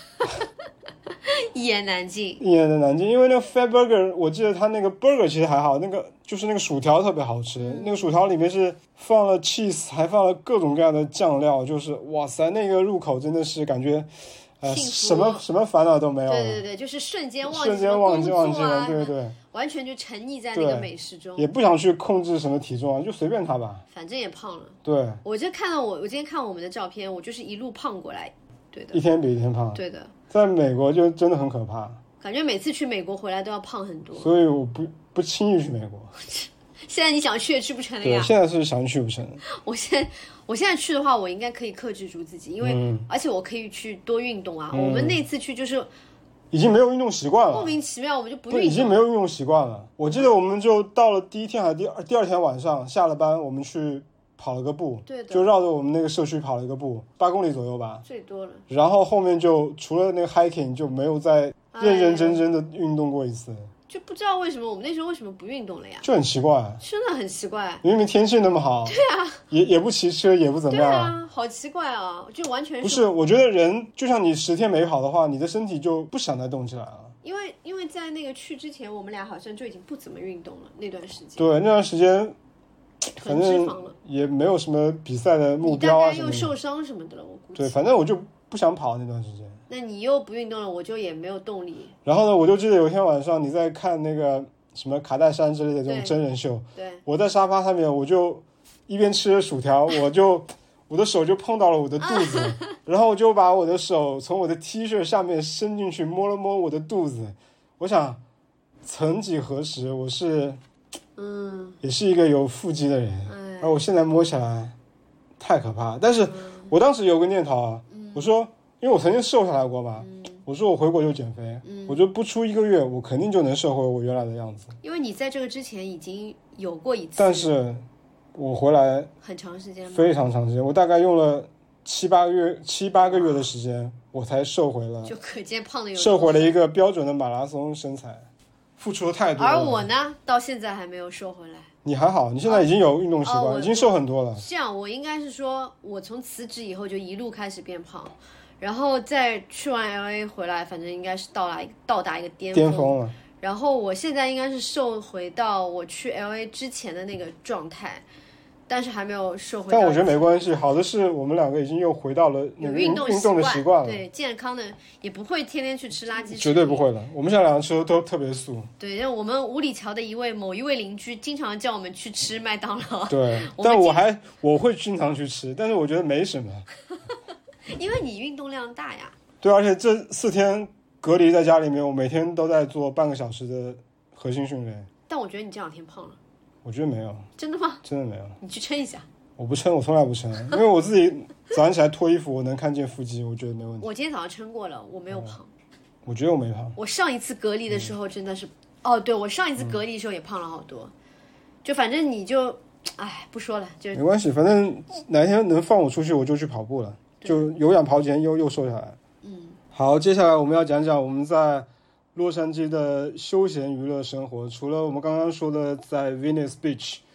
一言难尽， 一言难尽。因为那个 Fat Burger， 我记得它那个 burger 其实还好，那个就是那个薯条特别好吃，那个薯条里面是放了 cheese， 还放了各种各样的酱料，就是哇塞，那个入口真的是感觉什么烦恼都没有了。 对对对，就是瞬间忘记了，对对对， 完全就沉溺在那个美食中， 也不想去控制什么体重，就随便它吧， 反正也胖了。 对， 我今天看我们的照片，我就是一路胖过来，对的， 一天比一天胖， 对的。 在美国就真的很可怕，感觉每次去美国回来都要胖很多， 所以我不轻易去美国。 现在你想去也去不成了呀。 对，现在是想去不成。 我现在去的话，我应该可以克制住自己，因为、而且我可以去多运动啊。我们那次去就是已经没有运动习惯了， 莫名其妙我们就不运动， 已经没有运动习惯了。我记得我们就到了第一天还是第二天晚上下了班，我们去跑了个步， 对的， 就绕着我们那个社区跑了一个步，8公里左右吧， 最多了。 然后后面就除了那个 hiking 就没有再认真的运动过一次。 就不知道为什么我们那时候为什么不运动了呀？ 就很奇怪， 真的很奇怪。 明明天气那么好， 对啊， 也不骑车，也不怎么样， 对啊，好奇怪啊，就完全不是。我觉得人就像你10天没跑的话，你的身体就不想再动起来了。 因为在那个去之前，我们俩好像就已经不怎么运动了那段时间。 对，那段时间反正也没有什么比赛的目标啊什么的， 你大概又受伤什么的了，我估计。 对，反正我就不想跑那段时间。 那你又不运动了，我就也没有动力。然后呢，我就记得有一天晚上你在看那个什么卡戴珊之类的这种真人秀， 对， 我在沙发上面，我就一边吃着薯条，我的手就碰到了我的肚子，然后我就把我的手从我的 T 恤下面伸进去摸了摸我的肚子，我想曾几何时我是也是一个有腹肌的人，而我现在摸起来太可怕了。但是我当时有个念头啊，我说因为我曾经瘦下来过嘛，我说我回国就减肥，我觉得不出1个月我肯定就能瘦回我原来的样子。 因为你在这个之前已经有过一次， 但是我回来很长时间， 非常长时间，我大概用了7、8个月的时间，我才瘦回了， 就可见胖的有瘦回了一个标准的马拉松身材，付出的太多了。 而我呢，到现在还没有瘦回来。 你还好，你现在已经有运动习惯，已经瘦很多了。 这样，我应该是说，我从辞职以后就一路开始变胖。然后再去完 LA 回来，反正应该是到达一个巅峰了。 然后我现在应该是瘦回到我去 LA 之前的那个状态，但是还没有瘦回到。 但我觉得没关系，好的是我们2个已经又回到了那个运动的习惯了。 对，健康的也不会天天去吃垃圾食品， 绝对不会的。我们现在2个吃的都特别素。 对，因为我们五里桥的某一位邻居经常叫我们去吃麦当劳。 对，但我会经常去吃，但是我觉得没什么。 因为你运动量大呀。 对，而且这4天隔离在家里面，我每天都在做半个小时的核心训练。 但我觉得你这2天胖了。 我觉得没有。 真的吗？ 真的没有。 你去称一下。 我不称，我从来不称，因为我自己早上起来脱衣服，我能看见腹肌，我觉得没问题。 我今天早上称过了，我没有胖。 我觉得我没胖。 我上一次隔离的时候真的是，对，我上一次隔离的时候也胖了好多。就反正你就，不说了，就没关系，反正哪天能放我出去，我就去跑步了。就有氧跑几天又瘦下来。好，接下来我们要讲讲我们在洛杉矶的休闲娱乐生活。除了我们刚刚说的在 Venice Beach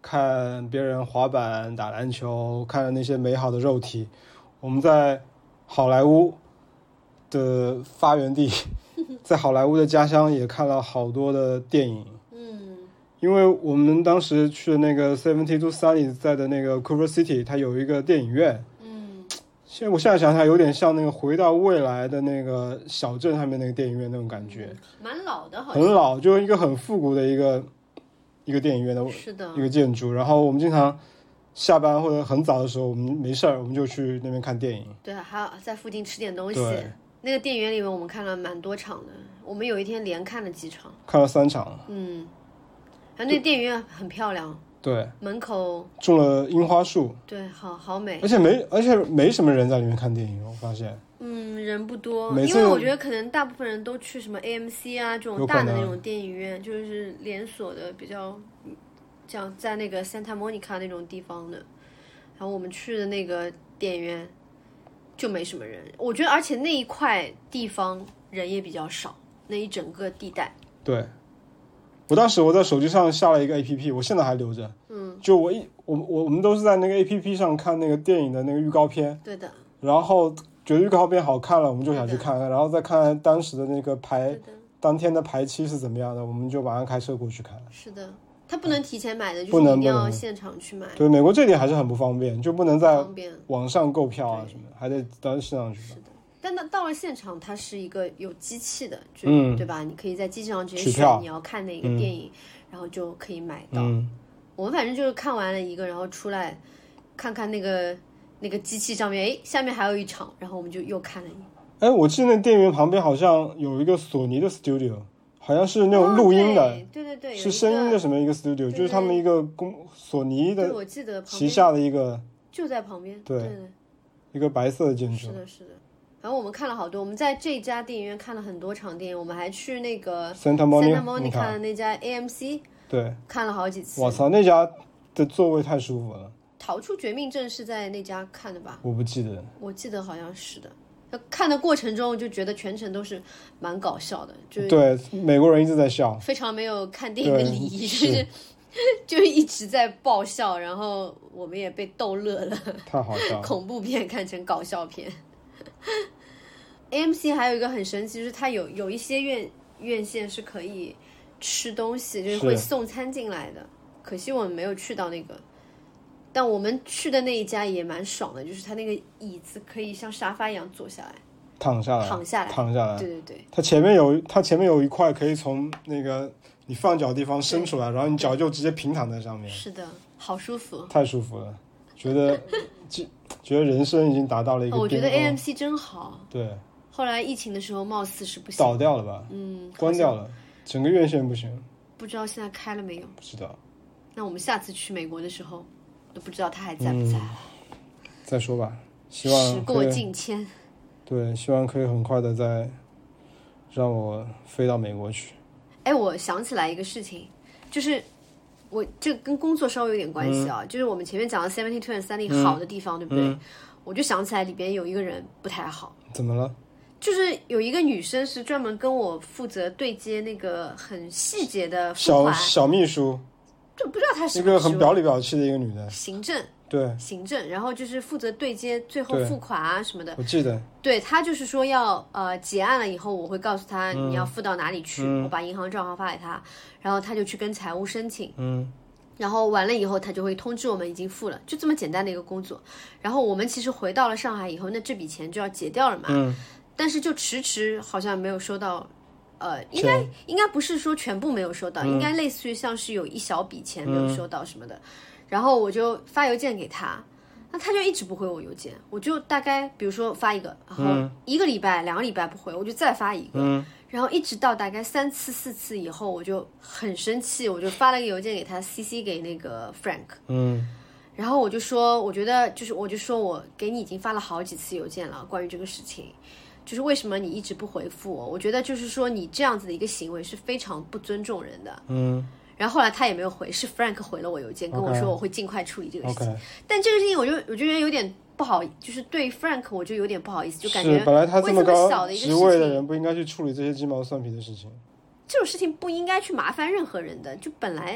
看别人滑板、打篮球，看那些美好的肉体。我们在好莱坞的发源地，在好莱坞的家乡也看了好多的电影。因为我们当时去的那个72 Sunny 在的那个 Culver City， 它有一个电影院。我现在想想有点像那个回到未来的那个小镇上面那个电影院那种感觉。 蛮老的，好像。 很老，就一个很复古的一个电影院的一个建筑。然后我们经常下班或者很早的时候，我们没事儿，我们就去那边看电影。 对，还有在附近吃点东西。那个电影院里面我们看了蛮多场的，我们有一天连看了几场， 看了3场。 然后那电影院很漂亮， 对， 门口种了樱花树， 对，好美， 而且没什么人在里面看电影，我发现。 人不多，因为我觉得可能大部分人都去什么 AMC 啊这种大的那种电影院，就是连锁的比较，像在那个 Santa Monica 那种地方的，然后我们去的那个电影院就没什么人，我觉得，而且那一块地方人也比较少，那一整个地带。 对。我当时我在手机上下了一个 APP， 我现在还留着。就我们都是在那个 APP 上看那个电影的那个预告片。 对的。 然后觉得预告片好看了，我们就想去看，然后再看当时的那个当天的排期是怎么样的，我们就马上开车过去看。 是的，它不能提前买的，就是一定要现场去买。 对，美国这点还是很不方便，就不能在网上购票啊什么的，还得到现场去买。 是的。但到了现场，它是一个有机器的，对吧？你可以在机器上直接选你要看哪个电影，然后就可以买到。我们反正就是看完了一个，然后出来看看那个机器上面，下面还有一场，然后我们就又看了一个。 我记得那电影院旁边好像有一个索尼的 studio， 好像是那种录音的， 对， 是声音的什么一个 studio， 就是他们一个索尼的我记得旗下的一个， 就在旁边， 对，一个白色的建筑。 是的。然后我们看了好多，我们在这家电影院看了很多场电影，我们还去那个 Santa Monica 的那家 AMC， 对， 看了好几次。 我操，那家的座位太舒服了。 逃出绝命镇是在那家看的吧？ 我不记得， 我记得好像是的。看的过程中就觉得全程都是蛮搞笑的，就是对美国人一直在笑， 非常没有看电影的礼仪，就是一直在爆笑，然后我们也被逗乐了， 太好笑了。 恐怖片看成搞笑片。AMC 还有一个很神奇，就是它有一些院线是可以吃东西，就是会送餐进来的。可惜我们没有去到那个，但我们去的那一家也蛮爽的，就是它那个椅子可以像沙发一样坐下来、躺下来。对。它前面有一块可以从那个你放脚的地方伸出来，然后你脚就直接平躺在上面。是的，好舒服，太舒服了，觉得人生已经达到了一个。我觉得 AMC 真好。对。后来疫情的时候，貌似是不行，倒掉了吧？关掉了，整个院线不行。不知道现在开了没有？不知道。那我们下次去美国的时候，都不知道它还在不在了。再说吧，希望时过境迁。对，希望可以很快的再让我飞到美国去。我想起来一个事情，就是这跟工作稍微有点关系啊，就是我们前面讲的72 and Sunny 好的地方，对不对？我就想起来里边有一个人不太好。怎么了？就是有一个女生是专门跟我负责对接那个很细节的付款，小秘书，就不知道她是一个很表里表气的一个女的，行政，对，行政，然后就是负责对接最后付款啊什么的。我记得，对，她就是说要结案了以后，我会告诉她你要付到哪里去，我把银行账号发给她，然后她就去跟财务申请，然后完了以后，他就会通知我们已经付了，就这么简单的一个工作。然后我们其实回到了上海以后，那这笔钱就要结掉了嘛。但是就迟好像没有收到，应该不是说全部没有收到，应该类似于像是有一小笔钱没有收到什么的。然后我就发邮件给他，那他就一直不回我邮件，我就大概比如说发一个，然后1个礼拜、2个礼拜不回，我就再发一个。然后一直到大概3次4次以后，我就很生气，我就发了个邮件给他 CC 给那个 Frank，然后我就说，我就说我给你已经发了好几次邮件了，关于这个事情，就是为什么你一直不回复我？我觉得就是说你这样子的一个行为是非常不尊重人的。然后后来他也没有回，是 Frank 回了我邮件，跟我说我会尽快处理这个事情。但这个事情我就觉得有点不好，就是对 Frank 我就有点不好意思，就感觉本来他这么高职位的人不应该去处理这些鸡毛蒜皮的事情，这种事情不应该去麻烦任何人的，就本来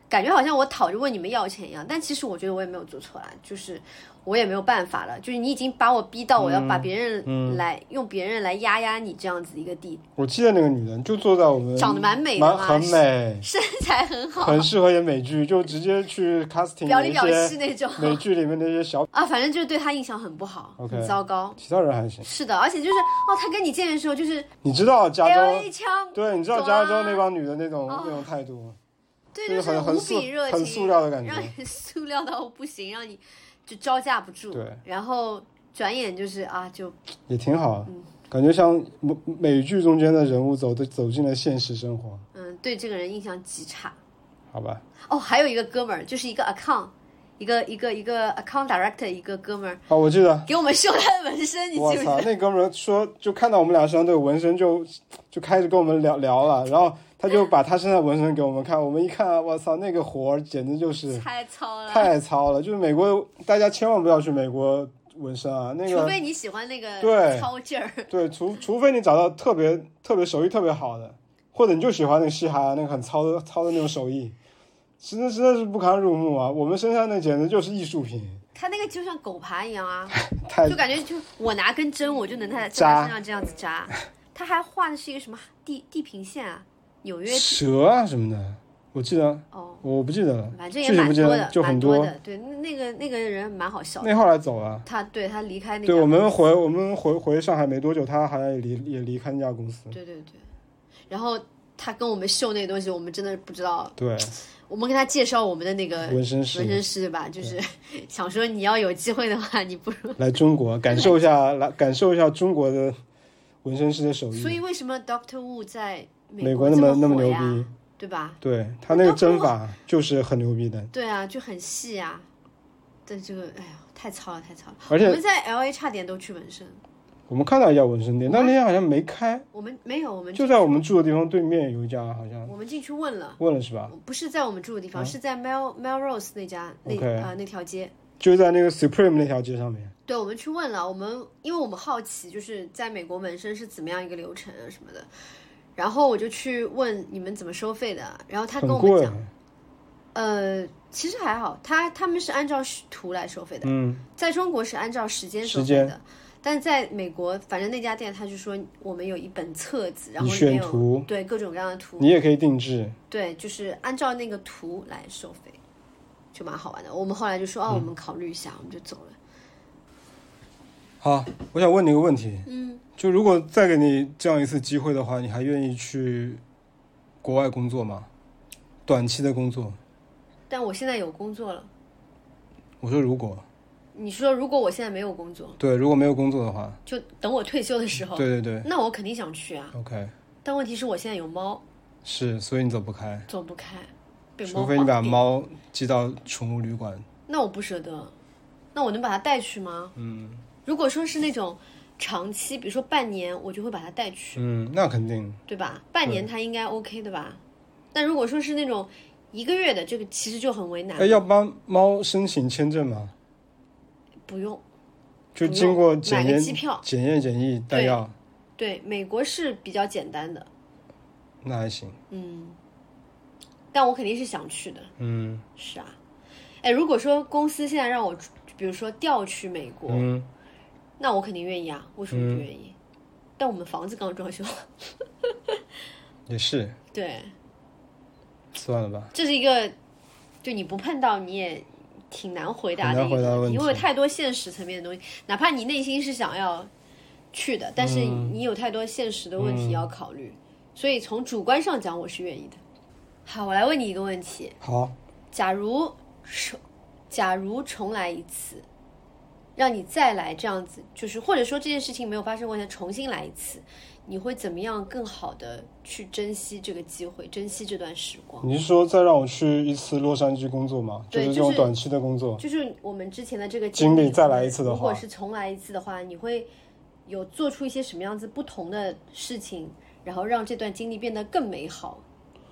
感觉好像我讨着问你们要钱一样，但其实我觉得我也没有做错啦，就是我也没有办法了，就是你已经把我逼到我要把别人来、用别人来压你这样子一个地。 我记得那个女人就坐在我们长得蛮美的嘛， 很美， 身材很好， 很适合演美剧，就直接去 casting 表里表气那种美剧里面那些小啊，反正就是对他印象很不好， OK 很糟糕。 其他人还行。 是的，而且就是他跟你见的时候就是你知道加州 LA 腔， 对，你知道加州那帮女的那种、那种态度。 对， 就是无比热情， 很塑料的感觉， 让你塑料到不行，让你就招架不住。 对， 然后转眼就是就也挺好，感觉像美剧中间的人物走进了现实生活。 对这个人印象极差。 好吧。 还有一个哥们儿，就是一个 account， 一个 account director， 一个哥们儿。 我记得。 给我们秀他的纹身，你记不记得？ 我操，那哥们儿说，就看到我们俩身上都有纹身，就开始跟我们聊了，然后。他就把他身上纹身给我们看，我们一看，我操，那个活儿简直就是太糙了，就是美国，大家千万不要去美国纹身啊，那个除非你喜欢那个糙劲儿， 对，除非你找到特别手艺特别好的，或者你就喜欢那个嘻哈那个很糙的那种手艺，实在是不堪入目啊！我们身上那简直就是艺术品， 他那个就像狗爬一样啊， 就感觉就我拿根针我就能在他身上这样子扎，他还画的是一个什么地平线啊。纽约蛇啊什么的，我记得我不记得了， 反正也蛮多的， 就很多的。对，那个人蛮好笑的。 那后来走了， 他离开那家公司。 对，我们回上海没多久，他好像也离开那家公司。 对。然后他跟我们秀那个东西，我们真的不知道。 对。 我们跟他介绍我们的那个纹身师对吧？就是想说你要有机会的话，你不如来中国感受一下中国的纹身师的手艺。 所以为什么 Dr. Wu 在美国那么牛逼， 对吧？ 对，他那个针法就是很牛逼的。 对啊，就很细啊。但这个太糙了。 而且我们在 LA 差点都去纹身。 我们看到一家纹身店，但那天好像没开。 我们没有，我们就在我们住的地方对面有一家，好像。 我们进去问了是吧？ 不是在我们住的地方，是在 Melrose 那家那条街。 就在那个 Supreme 那条街上面。 对，我们去问了，因为我们好奇，就是在美国纹身是怎么样一个流程啊什么的。然后我就去问你们怎么收费的，然后他跟我们讲，其实还好，他们是按照图来收费的，在中国是按照时间收费的，但是在美国，反正那家店他就说我们有一本册子，然后里面有选图， 对各种各样的图， 你也可以定制， 对，就是按照那个图来收费，就蛮好玩的。我们后来就说我们考虑一下，我们就走了。 好，我想问你一个问题，就如果再给你这样一次机会的话，你还愿意去国外工作吗？短期的工作？ 但我现在有工作了。 我说如果。 你说如果我现在没有工作？ 对，如果没有工作的话， 就等我退休的时候。 对。 那我肯定想去啊。 OK。 但问题是我现在有猫。 是，所以你走不开。 走不开，被猫。 除非你把猫寄到宠物旅馆。 那我不舍得。那我能把它带去吗？如果说是那种长期，比如说半年，我就会把它带去。 那肯定， 对吧？半年它应该 OK 的吧？但如果说是那种1个月的，这个其实就很为难。 要帮猫申请签证吗？ 不用， 就经过买个机票、 检验、检疫带药。 对，美国是比较简单的。 那还行。 但我肯定是想去的。是啊。如果说公司现在让我，比如说调去美国，那我肯定愿意啊，为什么不愿意？但我们房子刚装修。 也是。 对。 算了吧。 这是一个，就你不碰到你也挺难回答的一个问题，因为有太多现实层面的东西，哪怕你内心是想要去的，但是你有太多现实的问题要考虑，所以从主观上讲，我是愿意的。好，我来问你一个问题。 好。 假如重来一次，让你再来这样子，就是或者说这件事情没有发生过，再重新来一次，你会怎么样更好的去珍惜这个机会，珍惜这段时光？ 你是说再让我去一次洛杉矶工作吗？ 对， 就是这种短期的工作。 就是我们之前的这个经历再来一次的话， 如果是重来一次的话，你会有做出一些什么样子不同的事情，然后让这段经历变得更美好？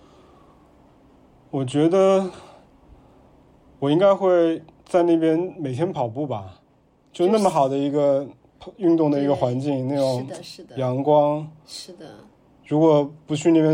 我觉得我应该会在那边每天跑步吧，就那么好的一个运动的一个环境，那种阳光。 是的。 如果不去那边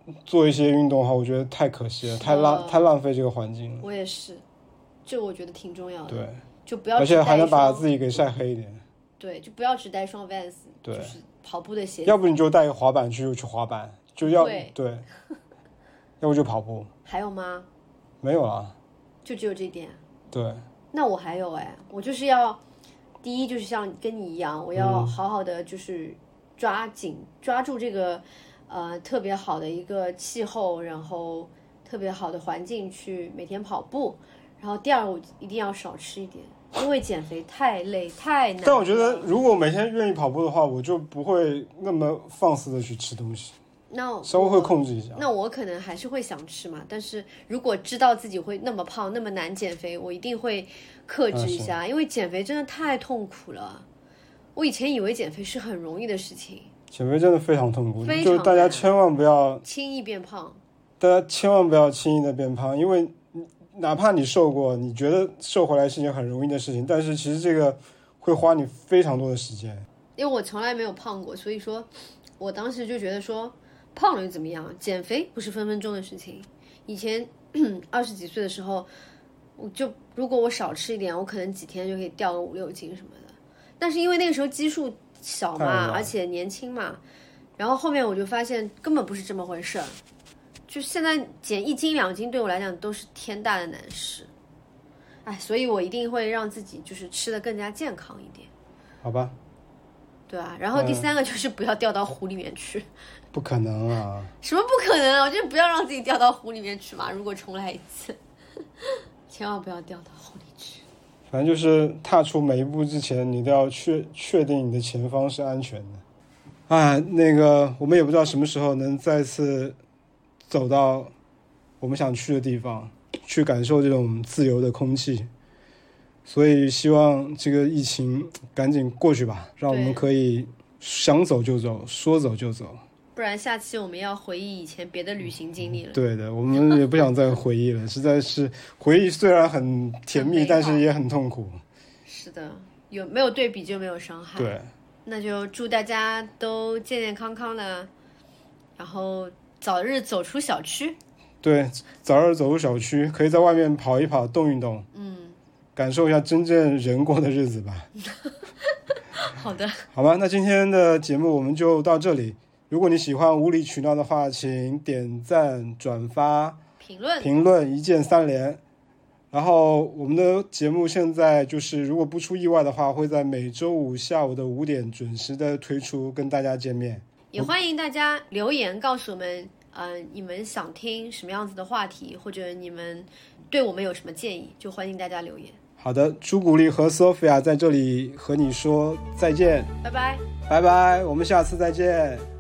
做一些运动的话，我觉得太可惜了，太浪费这个环境了。 我也是，这我觉得挺重要的。 对， 就不要而且还能把自己给晒黑一点。 对，就不要只带双 Vans， 对， 就是跑步的鞋子。 要不你就带个滑板去滑板，就要对，要不就跑步。 还有吗？ 没有了， 就只有这一点。 对， 那我还有我就是要第一就是像跟你一样，我要好好的就是抓住这个特别好的一个气候，然后特别好的环境去每天跑步。然后第二，我一定要少吃一点，因为减肥太累太难。 但我觉得如果每天愿意跑步的话，我就不会那么放肆的去吃东西。 那稍微会控制一下。 那我可能还是会想吃嘛，但是如果知道自己会那么胖那么难减肥，我一定会克制一下，因为减肥真的太痛苦了。我以前以为减肥是很容易的事情， 减肥真的非常痛苦， 非常就是大家千万不要轻易变胖。 大家千万不要轻易的变胖，因为哪怕你瘦过，你觉得瘦回来是件很容易的事情，但是其实这个会花你非常多的时间。 因为我从来没有胖过，所以说我当时就觉得说胖了又怎么样？减肥不是分分钟的事情。以前20几岁的时候，如果我少吃一点，我可能几天就可以掉个5、6斤什么的。但是因为那个时候基数小嘛，而且年轻嘛，然后后面我就发现根本不是这么回事儿。就现在减1斤2斤对我来讲都是天大的难事。所以我一定会让自己就是吃得更加健康一点。 好吧。 对啊，然后第3个就是不要掉到湖里面去。 不可能啊！ 什么不可能啊？我就不要让自己掉到湖里面去嘛。如果重来一次，千万不要掉到湖里去。 反正就是踏出每一步之前，你都要确定你的前方是安全的。那个我们也不知道什么时候能再次走到我们想去的地方，去感受这种自由的空气。所以希望这个疫情赶紧过去吧，让我们可以想走就走，说走就走。 不然下期我们要回忆以前别的旅行经历了。 对的，我们也不想再回忆了，实在是回忆虽然很甜蜜，但是也很痛苦。 是的，没有对比就没有伤害。 对， 那就祝大家都健健康康的，然后早日走出小区。 对，早日走出小区，可以在外面跑一跑，动一动，感受一下真正人过的日子吧。 好的， 好吧，那今天的节目我们就到这里。如果你喜欢无理取闹的话，请点赞、转发、评论1键3连。然后我们的节目现在就是如果不出意外的话，会在每周5下午的5点准时的推出，跟大家见面。 也欢迎大家留言告诉我们，你们想听什么样子的话题，或者你们对我们有什么建议，就欢迎大家留言。 好的，朱古力和 Sophia 在这里和你说再见， 拜拜， 拜拜，我们下次再见。